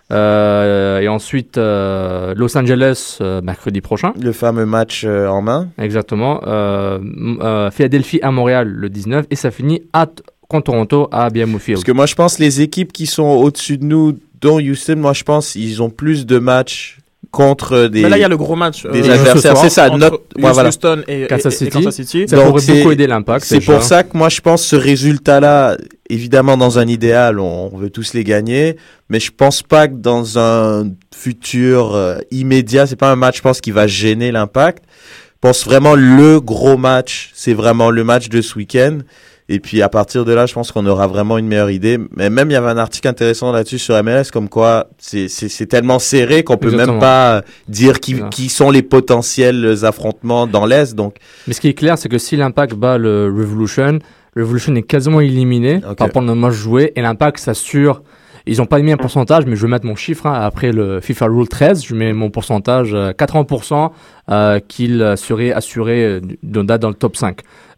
Euh, et ensuite, euh, Los Angeles euh, mercredi prochain. le fameux match euh, en main. Exactement. Euh, m- euh, Philadelphie à Montréal le dix-neuf. Et ça finit à, T- contre Toronto à B M O Field. Parce que moi, je pense les équipes qui sont au-dessus de nous, dont Houston, moi, je pense ils ont plus de matchs contre des, Mais là, il y a le gros match. des euh, adversaires. ce soir, C'est ça, entre notre, ouais, voilà. Houston et, et- Kansas et- et City. Kansas City. Ça Donc, pourrait c'est- beaucoup aider l'impact. C'est déjà. pour ça que moi je pense ce résultat-là, évidemment dans un idéal, on, on veut tous les gagner, mais je pense pas que dans un futur euh, immédiat, c'est pas un match, je pense, qui va gêner l'impact. Je pense vraiment le gros match, c'est vraiment le match de ce week-end. Et puis à partir de là, je pense qu'on aura vraiment une meilleure idée. Mais même il y avait un article intéressant là-dessus sur M L S, comme quoi c'est c'est c'est tellement serré qu'on peut Exactement. même pas dire qui C'est ça. qui sont les potentiels affrontements dans l'Est. Donc Mais ce qui est clair, c'est que si l'Impact bat le Revolution, le Revolution est quasiment éliminé Ok. par rapport au match joué. Et l'Impact s'assure. Ils n'ont pas mis un pourcentage, mais je vais mettre mon chiffre. Hein, après le FIFA Rule treize, je mets mon pourcentage euh, quatre-vingts pour cent euh, qu'il serait assuré euh, d'une date dans le top cinq.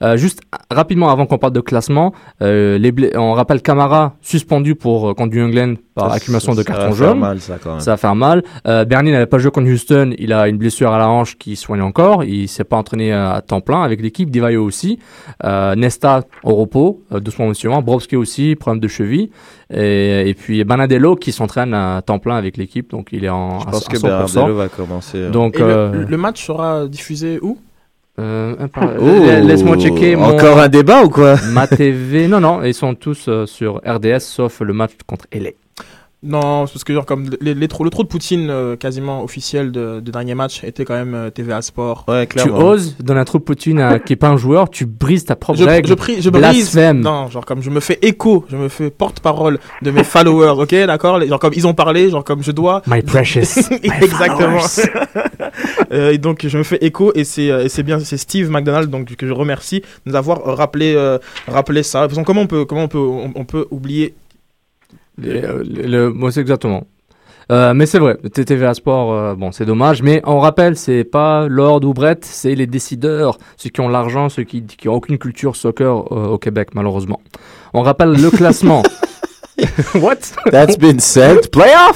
Euh, juste rapidement, avant qu'on parle de classement, euh, les bla- on rappelle Camara suspendu pour euh, contre New England par Ça, accumulation de ça carton va faire jaune. mal, ça, quand même. Ça va faire mal. Euh, Bernier n'avait pas joué contre Houston. Il a une blessure à la hanche qui soigne encore. Il s'est pas entraîné à temps plein avec l'équipe. Divayo aussi. Euh, Nesta au repos, euh, doucement mais sûrement. Bobrovsky aussi, problème de cheville. Et, et puis Banadello qui s'entraîne à temps plein avec l'équipe. Donc il est en Je à- pense à que cent pour cent. Bernardello va commencer. Donc Et euh, le, le match sera diffusé où? euh, un par- Oh, la- laisse-moi checker. mon- Encore un débat ou quoi? Ma T V, non, non, ils sont tous euh, sur R D S sauf le match contre L A. Non, c'est parce que genre comme les, les trous, le trou de Poutine euh, quasiment officiel de, de dernier match était quand même euh, T V A Sport. Ouais, Tu oses donner un trou de Poutine à, qui est pas un joueur, tu brises ta propre Je, règle. je, prie, je brise. Blasphème. Non, genre comme je me fais écho, je me fais porte-parole de mes followers, ok, d'accord. Genre comme ils ont parlé, genre comme je dois. My precious. my Exactement. followers. Euh, et donc je me fais écho et c'est euh, et c'est bien, c'est Steve McDonald donc que je remercie de nous avoir rappelé euh, rappelé ça. De toute façon, comment on peut comment on peut on, on peut oublier. Le, le, le- moi, c'est exactement. Euh, mais c'est vrai, T V A Sport, euh, bon, c'est dommage, mais on rappelle, c'est pas Lord ou Brett, c'est les décideurs, ceux qui ont l'argent, ceux qui qui ont aucune culture soccer euh, au Québec, malheureusement. On rappelle le classement. What? That's been said. Playoff.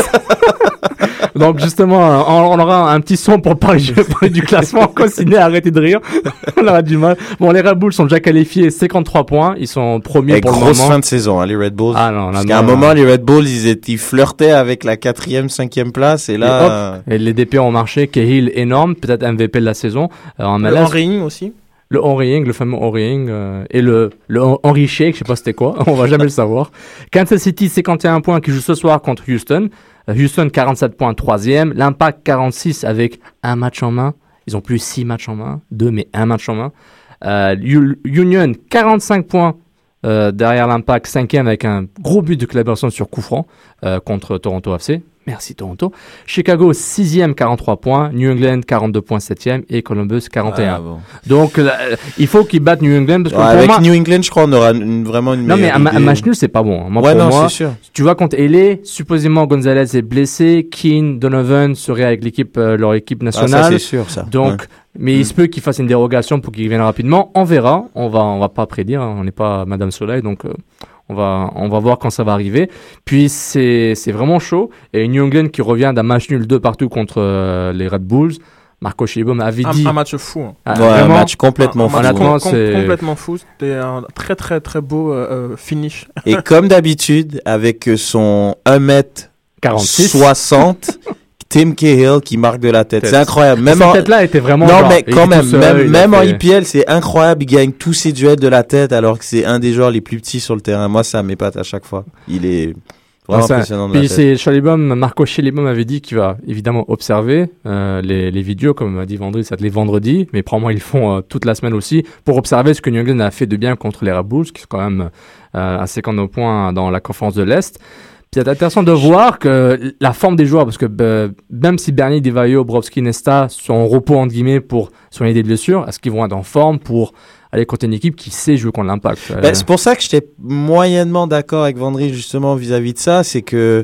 Donc justement, on, on aura un petit son pour parler, parler du classement. Continuez à arrêter de rire. On aura du mal. Bon, les Red Bulls sont déjà qualifiés, cinquante-trois points. Ils sont premiers Et pour le grosse moment. fin de saison, hein, les Red Bulls. Ah non, là, Parce non, qu'à un non. moment, les Red Bulls, ils, étaient, ils flirtaient avec la quatrième, cinquième place, et Et là. hop, euh, et les D P ont marché. Cahill énorme, peut-être M V P de la saison. Euh, en Le M L S, Henry aussi. le Henrying, le fameux Henrying, euh, et le, le Henry Shake, je sais pas c'était quoi, on va jamais le savoir. Kansas City, cinquante et un points, qui joue ce soir contre Houston. Euh, Houston, quarante-sept points, troisième. L'Impact, quarante-six, avec un match en main. Ils ont plus six matchs en main, deux, mais un match en main. Euh, U- Union, quarante-cinq points euh, derrière l'Impact, cinquième, avec un gros but de collaboration sur coup franc euh, contre Toronto F C. Merci Toronto. Chicago, sixième, quarante-trois points. New England, quarante-deux points, septième. Et Columbus, quarante et un. Ah, bon. Donc, là, euh, il faut qu'ils battent New England. Parce que ouais, pour avec moi... New England, je crois, on aura une, vraiment une Non, mais meilleure un, ma- un idée. match nul, c'est pas bon. Moi, Ouais, pour non, moi, c'est sûr. tu vois, contre L A, supposément Gonzalez est blessé. Keane, Donovan seraient avec l'équipe, euh, leur équipe Ah, nationale. ça, c'est sûr, ça. Donc, Ouais. mais il se peut qu'ils fassent une dérogation pour qu'ils reviennent rapidement. On verra. On va, on va pas prédire. hein. On n'est pas Madame Soleil, donc euh, on va, on va voir quand ça va arriver. Puis c'est, c'est vraiment chaud. Et New England qui revient d'un match nul deux partout contre euh, les Red Bulls. Marco Schellibaum avait Un, dit. un match fou. Hein. Ah, Ouais, un vraiment, match complètement Un- un fou. match Honnêtement, com- com- c'est- complètement fou. C'était un très très très beau euh, euh, finish. Et comme d'habitude, avec son un mètre quarante-six. soixante, Tim Cahill qui marque de la tête. Tête. C'est incroyable. Même Cette en... tête-là était vraiment. Non, genre, mais il quand était même, tout seul, même, il a même en fait- I P L, c'est incroyable. Il gagne tous ses duels de la tête alors que c'est un des joueurs les plus petits sur le terrain. Moi, ça m'épate à chaque fois. Il est vraiment Ouais, ça- impressionnant de la Puis tête. c'est Schellibaum, Marco Schellibaum avait dit qu'il va évidemment observer euh, les, les vidéos, comme m'a dit Vendry, ça les vendredis, mais probablement ils le font euh, toute la semaine aussi, pour observer ce que New England a fait de bien contre les Red Bulls, qui sont quand même euh, à cinquante au point dans la conférence de l'Est. Puis c'est intéressant de voir que la forme des joueurs, parce que euh, même si Bernier, Divayo, Bobrovsky, Nesta sont en repos entre guillemets pour soigner des blessures, est-ce qu'ils vont être en forme pour aller contre une équipe qui sait jouer contre l'Impact? Euh, Ben, c'est pour ça que j'étais moyennement d'accord avec Vendry justement vis-à-vis de ça, c'est que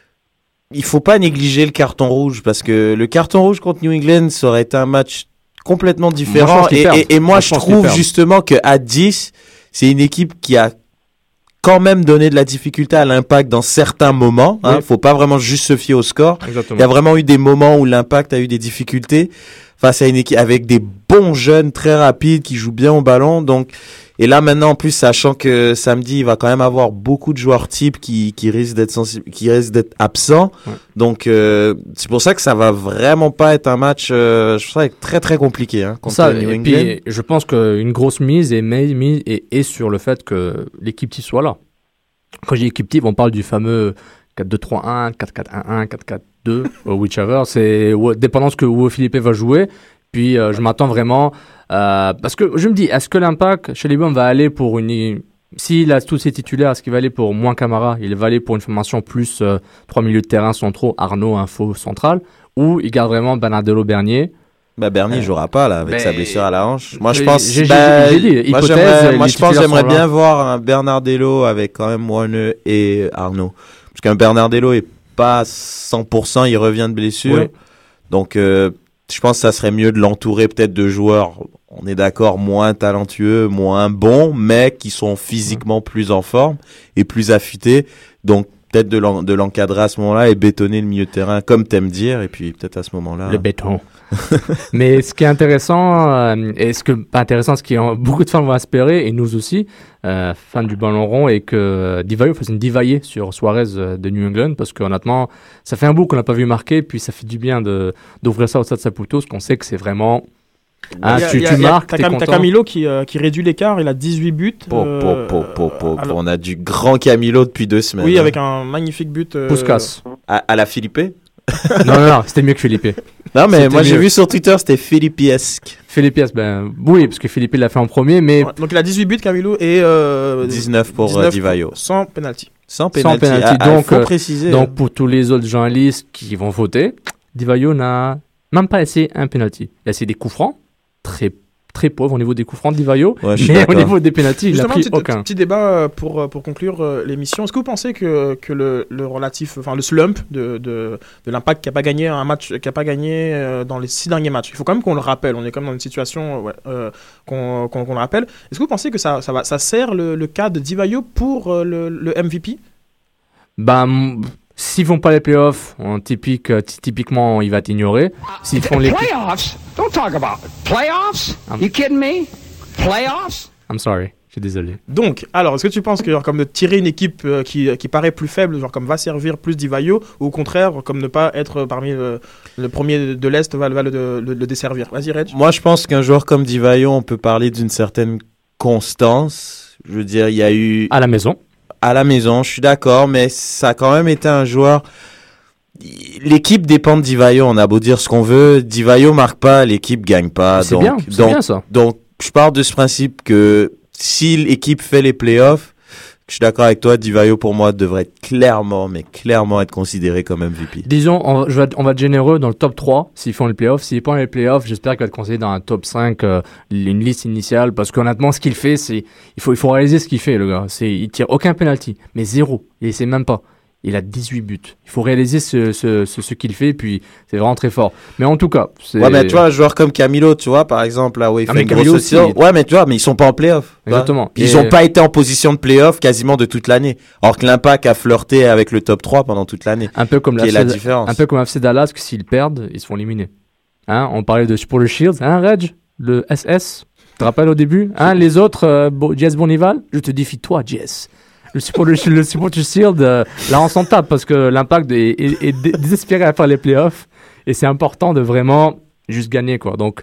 il faut pas négliger le carton rouge parce que le carton rouge contre New England, ça aurait été un match complètement différent. pense qu'ils et, perdent. et, et moi, Moi, je je pense qu'ils trouve perdent. justement que à dix, c'est une équipe qui a quand même donné de la difficulté à l'Impact dans certains moments. Hein. Oui. Faut pas vraiment juste se fier au score. Exactement. Il y a vraiment eu des moments où l'Impact a eu des difficultés face à une équipe avec des bons jeunes très rapides qui jouent bien au ballon. Donc, et là maintenant en plus, sachant que samedi il va quand même avoir beaucoup de joueurs types qui qui risquent d'être sensibles, qui risquent d'être absents. Ouais. Donc euh, c'est pour ça que ça va vraiment pas être un match, euh, je trouve ça très très compliqué hein, contre Ça, New et England. puis je pense qu'une grosse mise est, mise, mise est, est sur le fait que l'équipe type soit là. Quand j'ai équipe type, on parle du fameux quatre deux trois un, quatre quatre un un, quatre quatre deux, ou whichever. C'est ou- dépendant de ce que Hugo Philippe va jouer. Puis euh, je m'attends vraiment... Euh, parce que je me dis, est-ce que l'Impact, chez les Bons, va aller pour une... S'il a tous ses titulaires, est-ce qu'il va aller pour moins Camara? Il va aller pour une formation plus euh, trois milieux de terrain centraux, Arnaud, Info, central? Ou il garde vraiment Bernardello Bernier? Bah Bernier Euh, jouera pas là avec ben, sa blessure à la hanche. Moi je j'ai- pense j'ai- j'ai- bah, j'ai dit, moi, hypothèse, j'aimerais- les moi je pense titulaires j'aimerais sont bien là. voir un Bernardello avec quand même Warner et Arnaud. Parce qu'un Bernardello est pas cent pour cent, il revient de blessure. Oui. Donc euh, je pense que ça serait mieux de l'entourer peut-être de joueurs, on est d'accord, moins talentueux, moins bons, mais qui sont physiquement plus en forme et plus affûtés. Donc, peut-être de, l'en- de l'encadrer à ce moment-là et bétonner le milieu de terrain, comme t'aimes dire, et puis peut-être à ce moment-là... Le béton. Mais ce qui est intéressant, euh, et ce que pas intéressant, ce qui beaucoup de fans vont espérer, et nous aussi, euh, fans du ballon rond, et que Divayo fasse une divaillée sur Suarez euh, de New England, parce que honnêtement, ça fait un bout qu'on n'a pas vu marquer, puis ça fait du bien de d'ouvrir ça au Stade Saputo, parce qu'on sait que c'est vraiment... Hein, Il y a- tu, il y a- tu il y a- marques, t'as t'es Cam- content. t'as Camilo qui, euh, qui réduit l'écart, il a dix-huit buts. Po, po, euh, po, po, po. alors- On a du grand Camilo depuis deux semaines. Oui, hein. avec un magnifique but. euh, Puskas. À, à la Philippe. non, non, non, c'était mieux que Philippe. Non, mais C'était moi j'ai mieux. vu sur Twitter, c'était Philippiesque. Philippe, ben oui, parce que Philippe l'a fait en premier, mais Ouais, donc il a dix-huit buts, Camilo, et euh, dix-neuf pour dix-neuf euh, Divayo. sans penalty. Sans sans penalty. penalty. Ah, ah, donc, faut euh, préciser. donc pour tous les autres journalistes qui vont voter, Divayo n'a même pas essayé un penalty. Il a essayé des coups francs, très très pauvre au niveau des coups francs de Divayo, Ouais, je suis mais au d'accord. niveau des penalties, il n'a Justement, pris petit, aucun. petit débat euh, pour, euh, pour conclure euh, l'émission. Est-ce que vous pensez que, que le, le relatif, enfin le slump de, de, de l'Impact qui n'a pas gagné un match, qui a pas gagné euh, dans les six derniers matchs, il faut quand même qu'on le rappelle. On est quand même dans une situation ouais, euh, qu'on, qu'on, qu'on le rappelle. Est-ce que vous pensez que ça, ça, va, ça sert le, le cas de Divayo pour euh, le, le M V P? Bah, m- s'ils font pas les playoffs, on typique, euh, ty- typiquement, il va t'ignorer. S'ils font les Playoffs? Don't talk about it. Playoffs? You kidding me? Playoffs? I'm sorry, je suis désolé. Donc, alors, est-ce que tu penses que genre, comme de tirer une équipe euh, qui, qui paraît plus faible, genre comme va servir plus Divayo, ou au contraire, comme ne pas être parmi le, le premier de l'Est va, va le, le, le desservir? Vas-y, Reg. Moi, je pense qu'un joueur comme Divayo, on peut parler d'une certaine constance. Je veux dire, il y a eu... À la maison. À la maison, je suis d'accord, mais ça a quand même été un joueur... L'équipe dépend de Divayo, on a beau dire ce qu'on veut. Divayo marque pas, l'équipe gagne pas. C'est donc, bien, c'est donc, bien ça. Donc, je pars de ce principe que si l'équipe fait les playoffs, je suis d'accord avec toi, Divayo pour moi devrait être clairement, mais clairement être considéré comme M V P. Disons, on va, je vais être- on va être généreux dans le top trois s'ils font les playoffs. S'ils font les playoffs, j'espère qu'il va être conseillé dans un top cinq, euh, une liste initiale, parce qu'honnêtement, ce qu'il fait, c'est, il faut, il faut réaliser ce qu'il fait, le gars. C'est, il tire aucun penalty, mais zéro. Il essaie même pas. Il a dix-huit buts. Il faut réaliser ce, ce, ce, ce qu'il fait, puis c'est vraiment très fort. Mais en tout cas, c'est... Ouais, mais tu vois, un joueur comme Camilo, tu vois, par exemple, là où il Ah, fait mais une Camilo grosse aussi, saison. il- Ouais, mais tu vois, mais ils sont pas en playoff. tu vois. Exactement. Ils Et- ont pas été en position de playoff quasiment de toute l'année. Or que l'Impact a flirté avec le top trois pendant toute l'année. Un peu comme Qui est la la différence. Un peu comme F C Dallas, que s'ils perdent, ils se font éliminer. Hein, on parlait de pour le Shield, hein, Reg, le S S. Tu te rappelles au début, hein, les autres, euh, Bo- Jess Bonival, je te défie toi, Jess. Le support le, le support du Shield, euh, là on s'en tape parce que l'Impact est, est, est dé- désespéré à faire les playoffs et c'est important de vraiment juste gagner quoi. Donc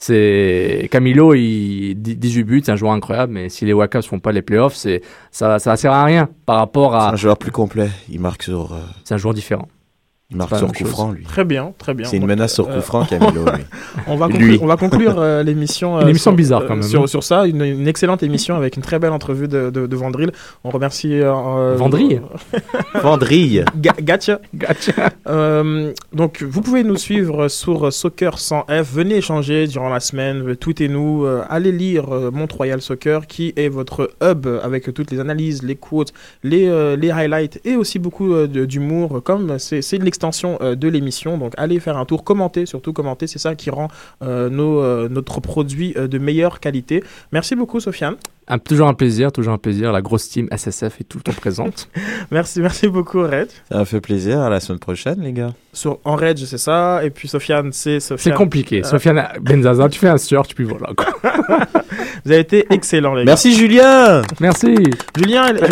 c'est Camilo, il dix- dix-huit buts, c'est un joueur incroyable, mais si les Wakas font pas les playoffs, c'est ça, ça sert à rien par rapport à. C'est un joueur plus complet. Il marque sur. euh, C'est un joueur différent. Il marque pas la sur même coup chose. franc, lui. Très bien, très bien. C'est une Donc, menace sur euh, coup franc, Camilo, lui. On va Lui. conclure, on va conclure euh, l'émission. Une émission sur- bizarre, quand même, Sur, hein. sur ça, une, une excellente émission avec une très belle entrevue de, de, de Vandril. On remercie. Euh, Vandrille Vandrille. Ga- Gacha. Gacha. Euh, donc, vous pouvez nous suivre sur Soccer sans F. Venez échanger durant la semaine. Tweetez-nous. euh, allez lire euh, Mont-Royal Soccer, qui est votre hub avec toutes les analyses, les quotes, les, euh, les highlights et aussi beaucoup euh, de- d'humour. Comme c'est c'est une extension euh, de l'émission. Donc, allez faire un tour. Commentez, surtout commentez. C'est ça qui rend euh, nos, euh, notre produit euh, de meilleure qualité. Merci beaucoup, Sofiane. Un- toujours un plaisir, toujours un plaisir. La grosse team S S F est tout le temps présente. Merci, merci beaucoup, Red. Ça m'a fait plaisir. À la semaine prochaine, les gars. Sur En Reg, c'est ça. Et puis, Sofiane, c'est C'est Sofiane. compliqué. Euh, Sofiane Benzaza, tu fais un search, puis voilà. quoi. Vous avez été excellents, les gars. Merci, Julien. Merci. Julien, il-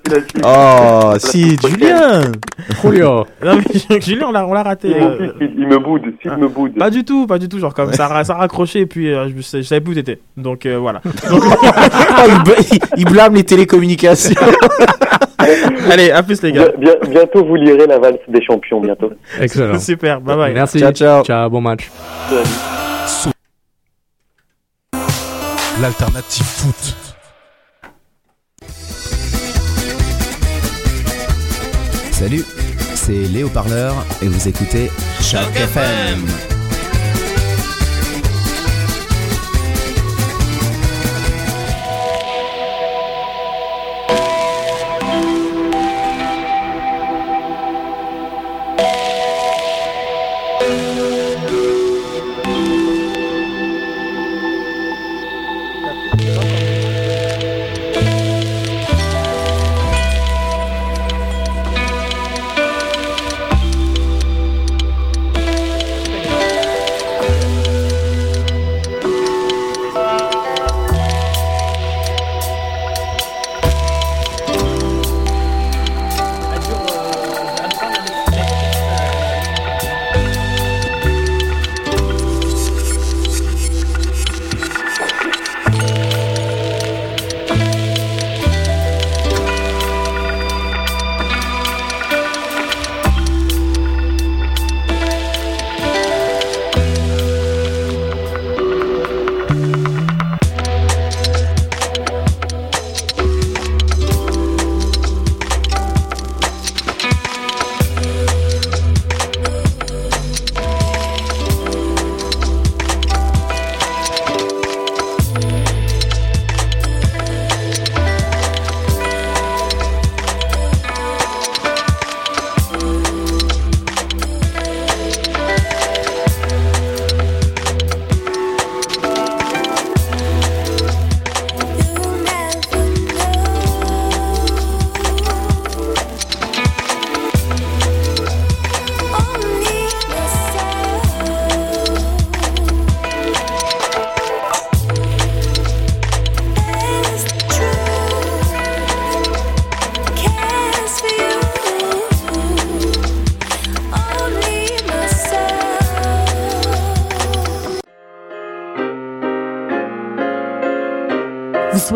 Oh, si, Julien. Julio. Non, mais Julien, on l'a, on l'a raté. Mon euh, fils, il, il me boude, s'il me boude. Pas du tout, pas du tout. Genre comme ça, ra- ça raccrochait et puis euh, je, sais- je savais plus où t'étais. Donc euh, voilà. Donc, Ah, il, bl- il- il blâme les télécommunications. allez, à plus les gars. Bien- bien- bientôt, vous lirez la valse des champions, bientôt. Excellent. Super, bye bye. Merci. Ciao, ciao. Ciao, bon match. L'alternative foot. Salut, c'est Léo Parleur et vous écoutez Choc F M.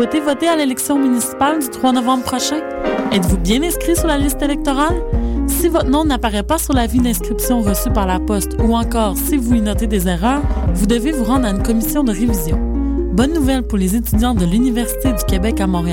souhaitez voter à l'élection municipale du trois novembre prochain? Êtes-vous bien inscrit sur la liste électorale? Si votre nom n'apparaît pas sur l'avis d'inscription reçu par la poste ou encore si vous y notez des erreurs, vous devez vous rendre à une commission de révision. Bonne nouvelle pour les étudiants de l'Université du Québec à Montréal.